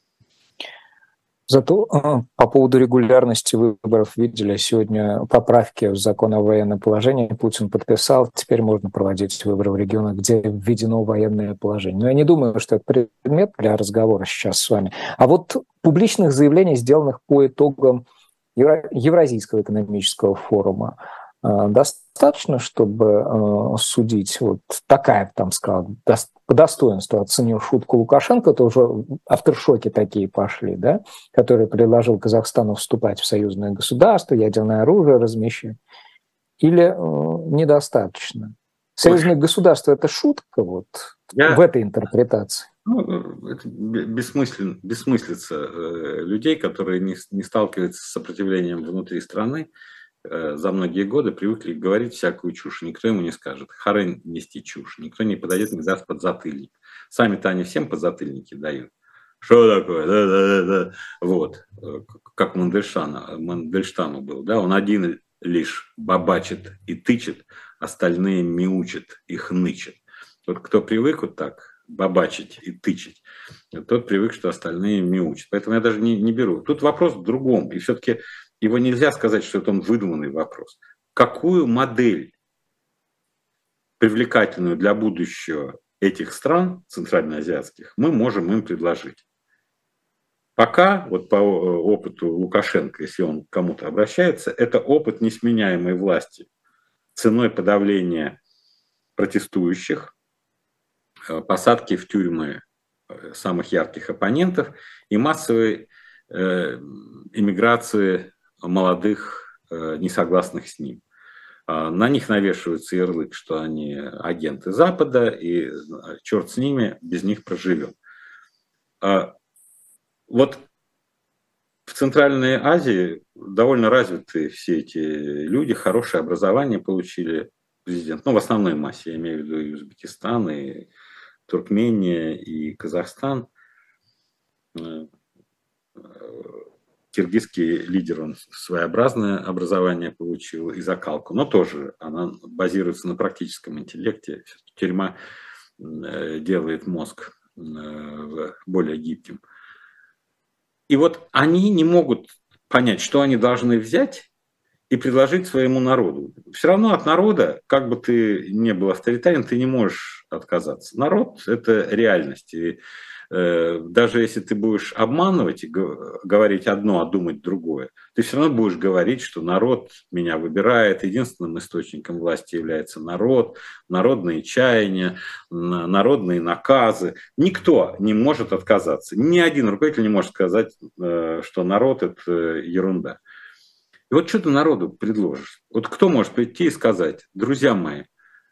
Зато а, по поводу регулярности выборов видели сегодня поправки в закон о военном положении. Путин подписал, теперь можно проводить выборы в регионах, где введено военное положение. Но я не думаю, что это предмет для разговора сейчас с вами. А вот публичных заявлений, сделанных по итогам Евро- Евразийского экономического форума, а, достаточно, чтобы а, судить, вот такая, там сказал, дос- по достоинству оценил шутку Лукашенко, это уже авторшоки такие пошли, да, который предложил Казахстану вступать в союзное государство, ядерное оружие размещать, или э, недостаточно? Союзное государство – это шутка вот Я, в этой интерпретации? ну, это бессмыслен, бессмыслица э, людей, которые не, не сталкиваются с сопротивлением внутри страны, э, за многие годы привыкли говорить всякую чушь. Никто ему не скажет, харе нести чушь. Никто не подойдет, не даст подзатыльник. Сами-то они всем подзатыльники дают. Что такое? Да, да, да, да. Вот. Как Мандельштама, Мандельштаму был. Да? Он один лишь бабачит и тычет, остальные мяучат и хнычат. Вот кто привык вот так бабачить и тычить, тот привык, что остальные мяучат. Поэтому я даже не, не беру. Тут вопрос в другом. И все-таки его нельзя сказать, что это он выдуманный вопрос. Какую модель привлекательную для будущего этих стран центральноазиатских мы можем им предложить? Пока, вот по опыту Лукашенко, если он к кому-то обращается, это опыт несменяемой власти ценой подавления протестующих, посадки в тюрьмы самых ярких оппонентов и массовой э, иммиграции молодых, э, несогласных с ним. На них навешивается ярлык, что они агенты Запада, и черт с ними, без них проживем. Вот в Центральной Азии довольно развиты все эти люди, хорошее образование получили президент. Ну, в основной массе, я имею в виду и Узбекистан, и Туркмения, и Казахстан. Киргизский лидер, он своеобразное образование получил и закалку, но тоже она базируется на практическом интеллекте. Тюрьма делает мозг более гибким. И вот они не могут понять, что они должны взять и предложить своему народу. Все равно от народа, как бы ты ни был авторитарен, ты не можешь отказаться. Народ – это реальность. И э, даже если ты будешь обманывать и говорить одно, а думать другое, ты все равно будешь говорить, что народ меня выбирает, единственным источником власти является народ, народные чаяния, народные наказы. Никто не может отказаться. Ни один руководитель не может сказать, э, что народ – это ерунда. И вот что ты народу предложишь? Вот кто может прийти и сказать: друзья мои,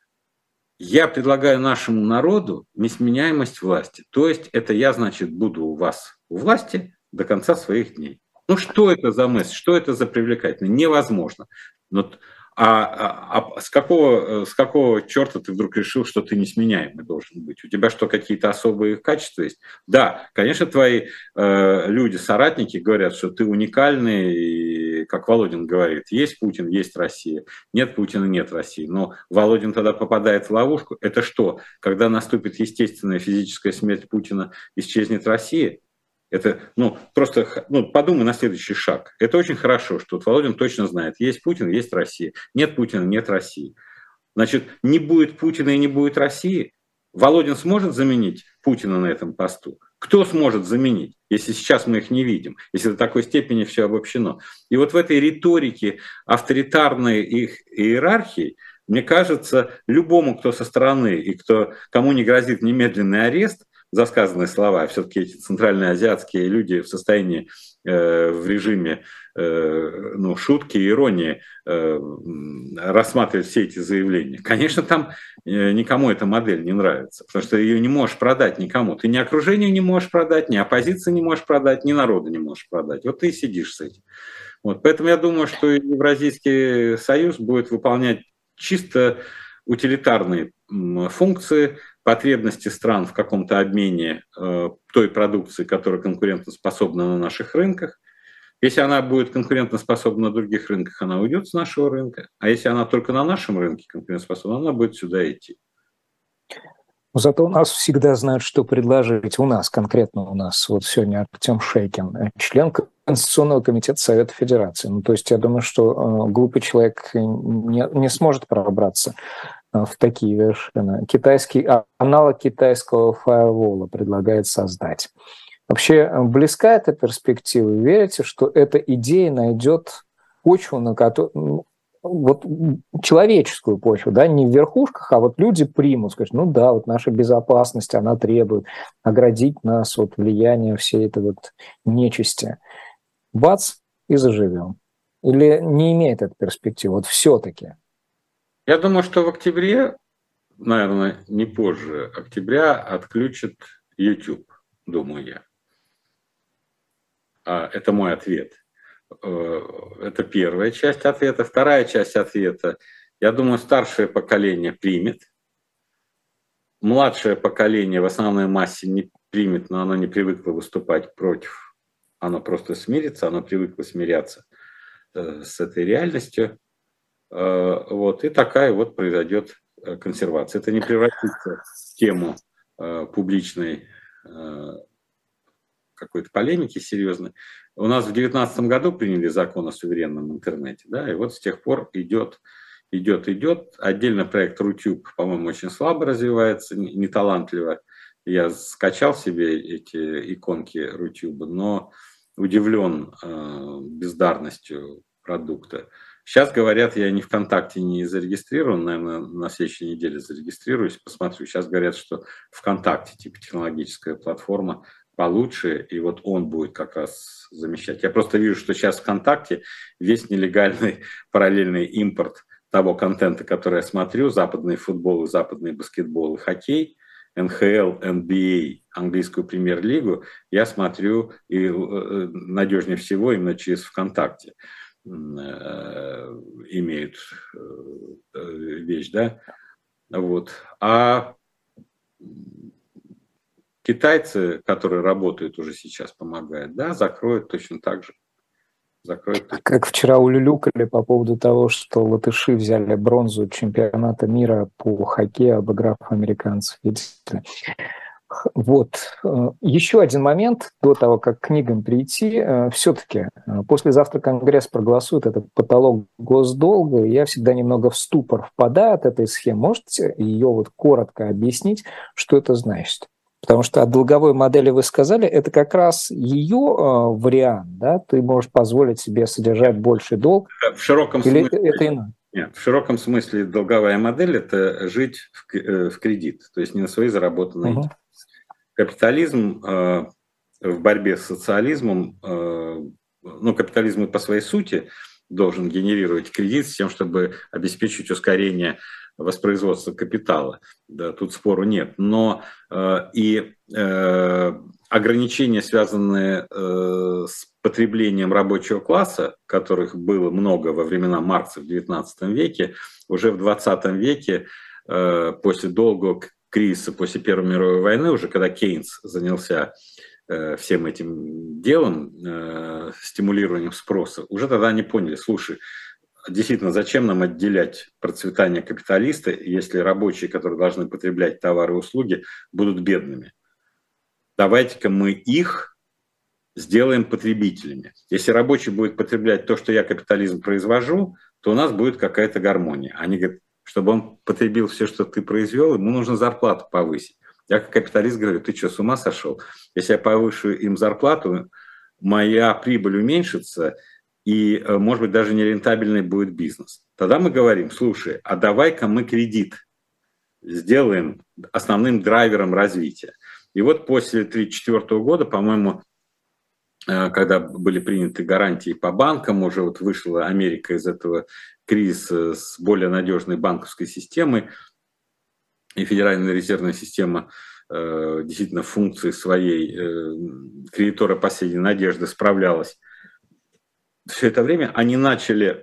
я предлагаю нашему народу несменяемость власти. То есть это я, значит, буду у вас у власти до конца своих дней. Ну что это за мысль, что это за привлекательно? Невозможно. Но, а, а, а с, какого, с какого черта ты вдруг решил, что ты несменяемый должен быть? У тебя что, какие-то особые качества есть? Да, конечно, твои э, люди, соратники говорят, что ты уникальный, и, как Володин говорит, есть Путин, есть Россия. Нет Путина, нет России. Но Володин тогда попадает в ловушку. Это что? Когда наступит естественная физическая смерть Путина, исчезнет Россия? Это, ну, просто, ну, подумай на следующий шаг. Это очень хорошо, что вот Володин точно знает, есть Путин, есть Россия. Нет Путина, нет России. Значит, не будет Путина и не будет России. Володин сможет заменить Путина на этом посту? Кто сможет заменить, если сейчас мы их не видим, если до такой степени все обобщено? И вот в этой риторике авторитарной их иерархии, мне кажется, любому, кто со стороны и кто, кому не грозит немедленный арест за сказанные слова, все-таки эти центральноазиатские люди в состоянии, э, в режиме э, ну, шутки и иронии э, рассматривать все эти заявления. Конечно, там э, никому эта модель не нравится, потому что ее не можешь продать никому. Ты ни окружению не можешь продать, ни оппозиции не можешь продать, ни народу не можешь продать. Вот ты и сидишь с этим. Вот. Поэтому я думаю, что Евразийский союз будет выполнять чисто утилитарные функции, потребности стран в каком-то обмене э, той продукции, которая конкурентоспособна на наших рынках. Если она будет конкурентоспособна на других рынках, она уйдет с нашего рынка. А если она только на нашем рынке конкурентоспособна, она будет сюда идти. Зато у нас всегда знают, что предложить. У нас, конкретно у нас. Вот сегодня Артем Шейкин, член Конституционного комитета Совета Федерации. Ну, то есть я думаю, что э, глупый человек не, не сможет пробраться э, в такие вершины. Китайский, а, аналог китайского фаервола предлагает создать. Вообще близка эта перспектива? Верите, что эта идея найдет почву, на которую, вот человеческую почву, да, не в верхушках, а вот люди примут, скажут, ну да, вот наша безопасность, она требует оградить нас от влияния всей этой вот нечисти. Бац, и заживем. Или не имеет этой перспективы? Вот все-таки. Я думаю, что в октябре, наверное, не позже октября отключат YouTube, думаю я. Это мой ответ. Это первая часть ответа. Вторая часть ответа. Я думаю, старшее поколение примет. Младшее поколение в основной массе не примет, но оно не привыкло выступать против. Оно просто смирится, оно привыкло смиряться с этой реальностью. Вот. И такая вот произойдет консервация. Это не превратится в тему публичной какой-то полемики серьезной. У нас в две тысячи девятнадцатом году приняли закон о суверенном интернете, да, и вот с тех пор идет, идет, идет. Отдельно проект Рутюб, по-моему, очень слабо развивается, неталантливо. Я скачал себе эти иконки Рутюба, но удивлен э, бездарностью продукта. Сейчас говорят, я ни ВКонтакте не зарегистрирован, наверное, на следующей неделе зарегистрируюсь, посмотрю. Сейчас говорят, что ВКонтакте, типа технологическая платформа, получше, и вот он будет как раз замещать. Я просто вижу, что сейчас ВКонтакте весь нелегальный параллельный импорт того контента, который я смотрю, западный футбол, западный баскетбол и хоккей, эн ха эл, эн би эй, английскую премьер-лигу, я смотрю и надежнее всего именно через ВКонтакте имеют вещь, да, вот. А китайцы, которые работают уже сейчас, помогают, да, закроют точно так же. Закроют. Как вчера улюлюкали по поводу того, что латыши взяли бронзу чемпионата мира по хоккею, обыграв американцев. Видите? Вот. Еще один момент до того, как к книгам перейти. Все-таки послезавтра Конгресс проголосует этот потолок госдолга, и я всегда немного в ступор впадаю от этой схемы. Можете ее вот коротко объяснить, что это значит? Потому что о долговой модели вы сказали, это как раз ее э, вариант, да? Ты можешь позволить себе содержать больший долг. В широком или смысле. Это иное? Нет, в широком смысле долговая модель – это жить в, э, в кредит, то есть не на свои заработанные деньги. Угу. Капитализм э, в борьбе с социализмом, э, ну, капитализм по своей сути должен генерировать кредит с тем, чтобы обеспечить ускорение воспроизводства капитала. Да, тут спору нет. Но э, и э, ограничения, связанные э, с потреблением рабочего класса, которых было много во времена Маркса в девятнадцатом веке, уже в двадцатом веке, э, после долгого кризиса, после Первой мировой войны, уже когда Кейнс занялся э, всем этим делом, э, стимулированием спроса, уже тогда они поняли, слушай, действительно, зачем нам отделять процветание капиталиста, если рабочие, которые должны потреблять товары и услуги, будут бедными? Давайте-ка мы их сделаем потребителями. Если рабочий будет потреблять то, что я, капитализм, произвожу, то у нас будет какая-то гармония. Они говорят, чтобы он потребил все, что ты произвел, ему нужно зарплату повысить. Я как капиталист говорю, ты что, с ума сошел? Если я повышу им зарплату, моя прибыль уменьшится, и, может быть, даже нерентабельный будет бизнес. Тогда мы говорим, слушай, а давай-ка мы кредит сделаем основным драйвером развития. И вот после тысяча девятьсот тридцать четвёртого года, по-моему, когда были приняты гарантии по банкам, уже вот вышла Америка из этого кризиса с более надежной банковской системой, и Федеральная резервная система э, действительно функции своей э, кредитора последней надежды справлялась. Все это время они начали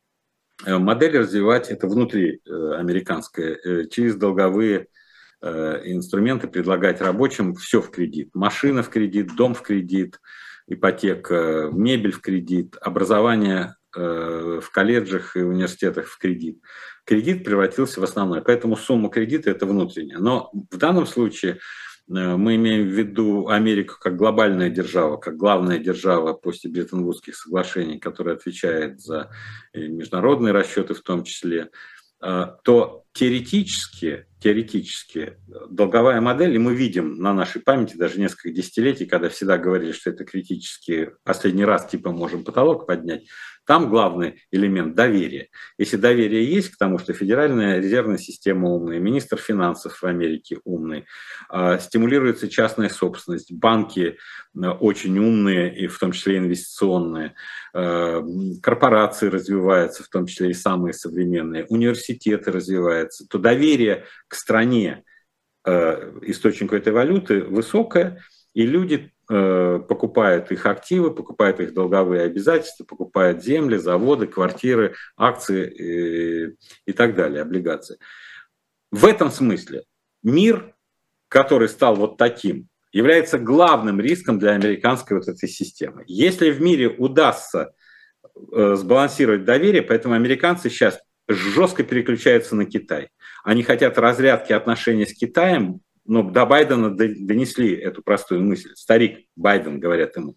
модель развивать, это внутри американское, через долговые инструменты предлагать рабочим все в кредит. Машина в кредит, дом в кредит, ипотека, мебель в кредит, образование в колледжах и университетах в кредит. Кредит превратился в основной, поэтому сумма кредита – это внутренняя. Но в данном случае мы имеем в виду Америку как глобальная держава, как главная держава после Бреттон-Вудских соглашений, которая отвечает за международные расчеты в том числе, то теоретически, теоретически долговая модель, и мы видим на нашей памяти даже несколько десятилетий, когда всегда говорили, что это критически, последний раз типа можем потолок поднять, там главный элемент – доверие. Если доверие есть к тому, что Федеральная резервная система умная, министр финансов в Америке умный, стимулируется частная собственность, банки очень умные, и в том числе инвестиционные, корпорации развиваются, в том числе и самые современные, университеты развиваются, то доверие к стране, источнику этой валюты, высокое, и люди покупают их активы, покупают их долговые обязательства, покупают земли, заводы, квартиры, акции и, и так далее, облигации. В этом смысле мир, который стал вот таким, является главным риском для американской вот этой системы. Если в мире удастся сбалансировать доверие, поэтому американцы сейчас жестко переключаются на Китай. Они хотят разрядки отношений с Китаем, но до Байдена донесли эту простую мысль. Старик Байден, говорят ему,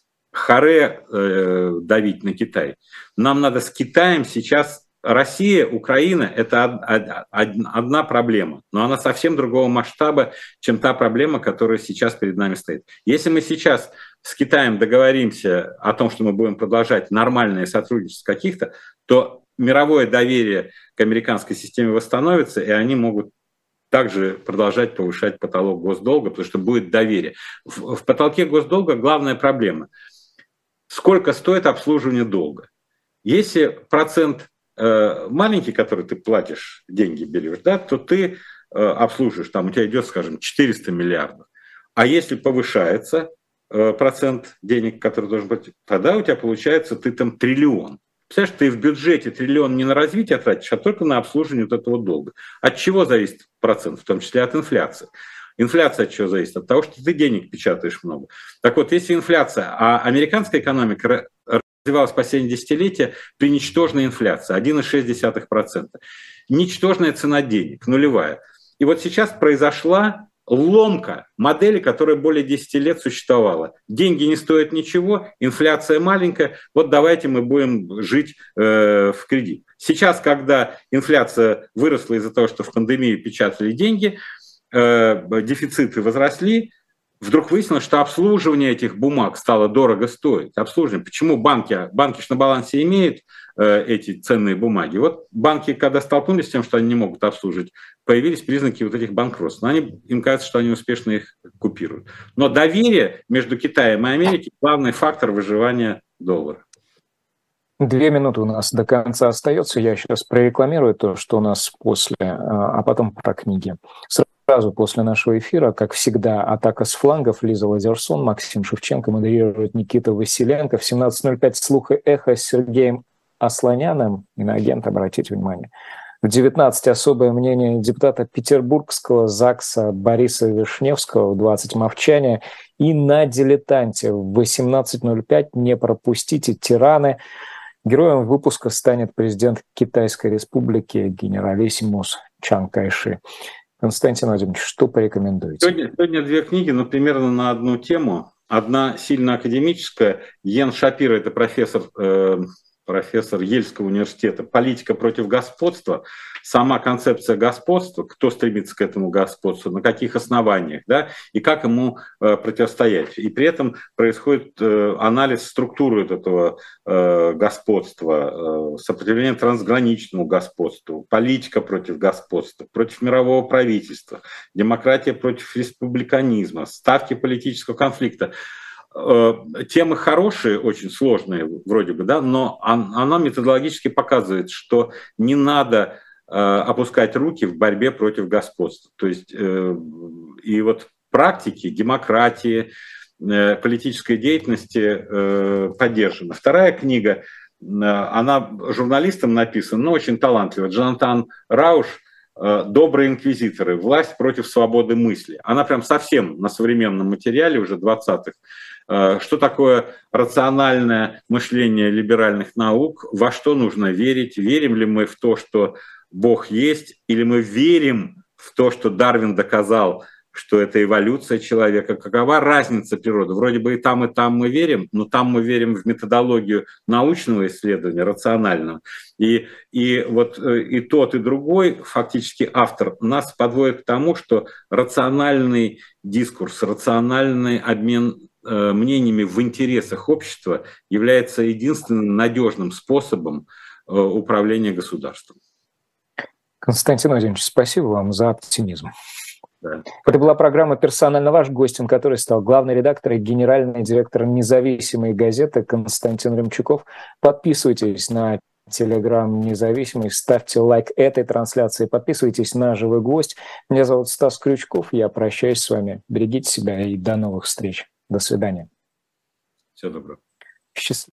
харе э, давить на Китай. Нам надо с Китаем сейчас... Россия, Украина – это одна проблема, но она совсем другого масштаба, чем та проблема, которая сейчас перед нами стоит. Если мы сейчас с Китаем договоримся о том, что мы будем продолжать нормальное сотрудничество каких-то, то мировое доверие к американской системе восстановится, и они могут также продолжать повышать потолок госдолга, потому что будет доверие. В, в потолке госдолга главная проблема – сколько стоит обслуживание долга. Если процент э, маленький, который ты платишь, деньги берешь, да, то ты э, обслуживаешь, там у тебя идет, скажем, четыреста миллиардов. А если повышается э, процент денег, который должен быть, тогда у тебя получается ты там триллион. Представляешь, ты в бюджете триллион не на развитие тратишь, а только на обслуживание вот этого долга. От чего зависит процент? В том числе от инфляции. Инфляция от чего зависит? От того, что ты денег печатаешь много. Так вот, если инфляция, а американская экономика развивалась последние десятилетия при ничтожной инфляции, один целых шесть десятых процента. Ничтожная цена денег, нулевая. И вот сейчас произошла ломка модели, которая более десяти лет существовала. Деньги не стоят ничего, инфляция маленькая, вот давайте мы будем жить э, в кредит. Сейчас, когда инфляция выросла из-за того, что в пандемию печатали деньги, э, дефициты возросли, вдруг выяснилось, что обслуживание этих бумаг стало дорого стоить. Обслуживание. Почему банки, банки же на балансе имеют э, эти ценные бумаги? Вот банки, когда столкнулись с тем, что они не могут обслуживать, появились признаки вот этих банкротств. Но они, им кажется, что они успешно их купируют. Но доверие между Китаем и Америкой – главный фактор выживания доллара. Две минуты у нас до конца остается. Я сейчас прорекламирую то, что у нас после, а потом про книги. Сразу после нашего эфира, как всегда, атака с флангов. Лиза Лазерсон, Максим Шевченко, модерирует Никита Василенко. В семнадцать ноль пять «Слух и эхо» с Сергеем Асланяном, иноагент, обратите внимание. В девятнадцать особое мнение депутата Петербургского ЗАГСа Бориса Вишневского, в двадцать «Мовчание». И на «Дилетанте» в восемнадцать ноль пять «Не пропустите, тираны». Героем выпуска станет президент Китайской Республики генералиссимус Чан Кайши. Константин Владимирович, что порекомендуете? Сегодня, сегодня две книги, но примерно на одну тему. Одна сильно академическая. Йен Шапир, это профессор, э, профессор Ельского университета. «Политика против господства». Сама концепция господства, кто стремится к этому господству, на каких основаниях, да, и как ему э, противостоять. И при этом происходит э, анализ структуры этого э, господства, э, сопротивление трансграничному господству, политика против господства, против мирового правительства, демократия против республиканизма, ставки политического конфликта. Темы хорошие, очень сложные вроде бы, да, но она методологически показывает, что не надо опускать руки в борьбе против господства. То есть и вот практики демократии, политической деятельности поддержаны. Вторая книга, она журналистом написана, но очень талантливая. Джонатан Рауш «Добрые инквизиторы. Власть против свободы мысли». Она прям совсем на современном материале уже двадцатых Что такое рациональное мышление либеральных наук? Во что нужно верить? Верим ли мы в то, что Бог есть? Или мы верим в то, что Дарвин доказал, что это эволюция человека? Какова разница природы? Вроде бы и там, и там мы верим, но там мы верим в методологию научного исследования, рационального. И, и вот и тот, и другой, фактически автор, нас подводит к тому, что рациональный дискурс, рациональный обмен мнениями в интересах общества является единственным надежным способом управления государством. Константин Владимирович, спасибо вам за оптимизм. Да. Это была программа «Персонально ваш», гостем которой стал главный редактор и генеральный директор независимой газеты Константин Ремчуков. Подписывайтесь на Телеграм «Независимый», ставьте лайк этой трансляции, подписывайтесь на «Живой гвоздь». Меня зовут Стас Крючков, я прощаюсь с вами. Берегите себя и до новых встреч. До свидания. Всего доброго. Счастливо.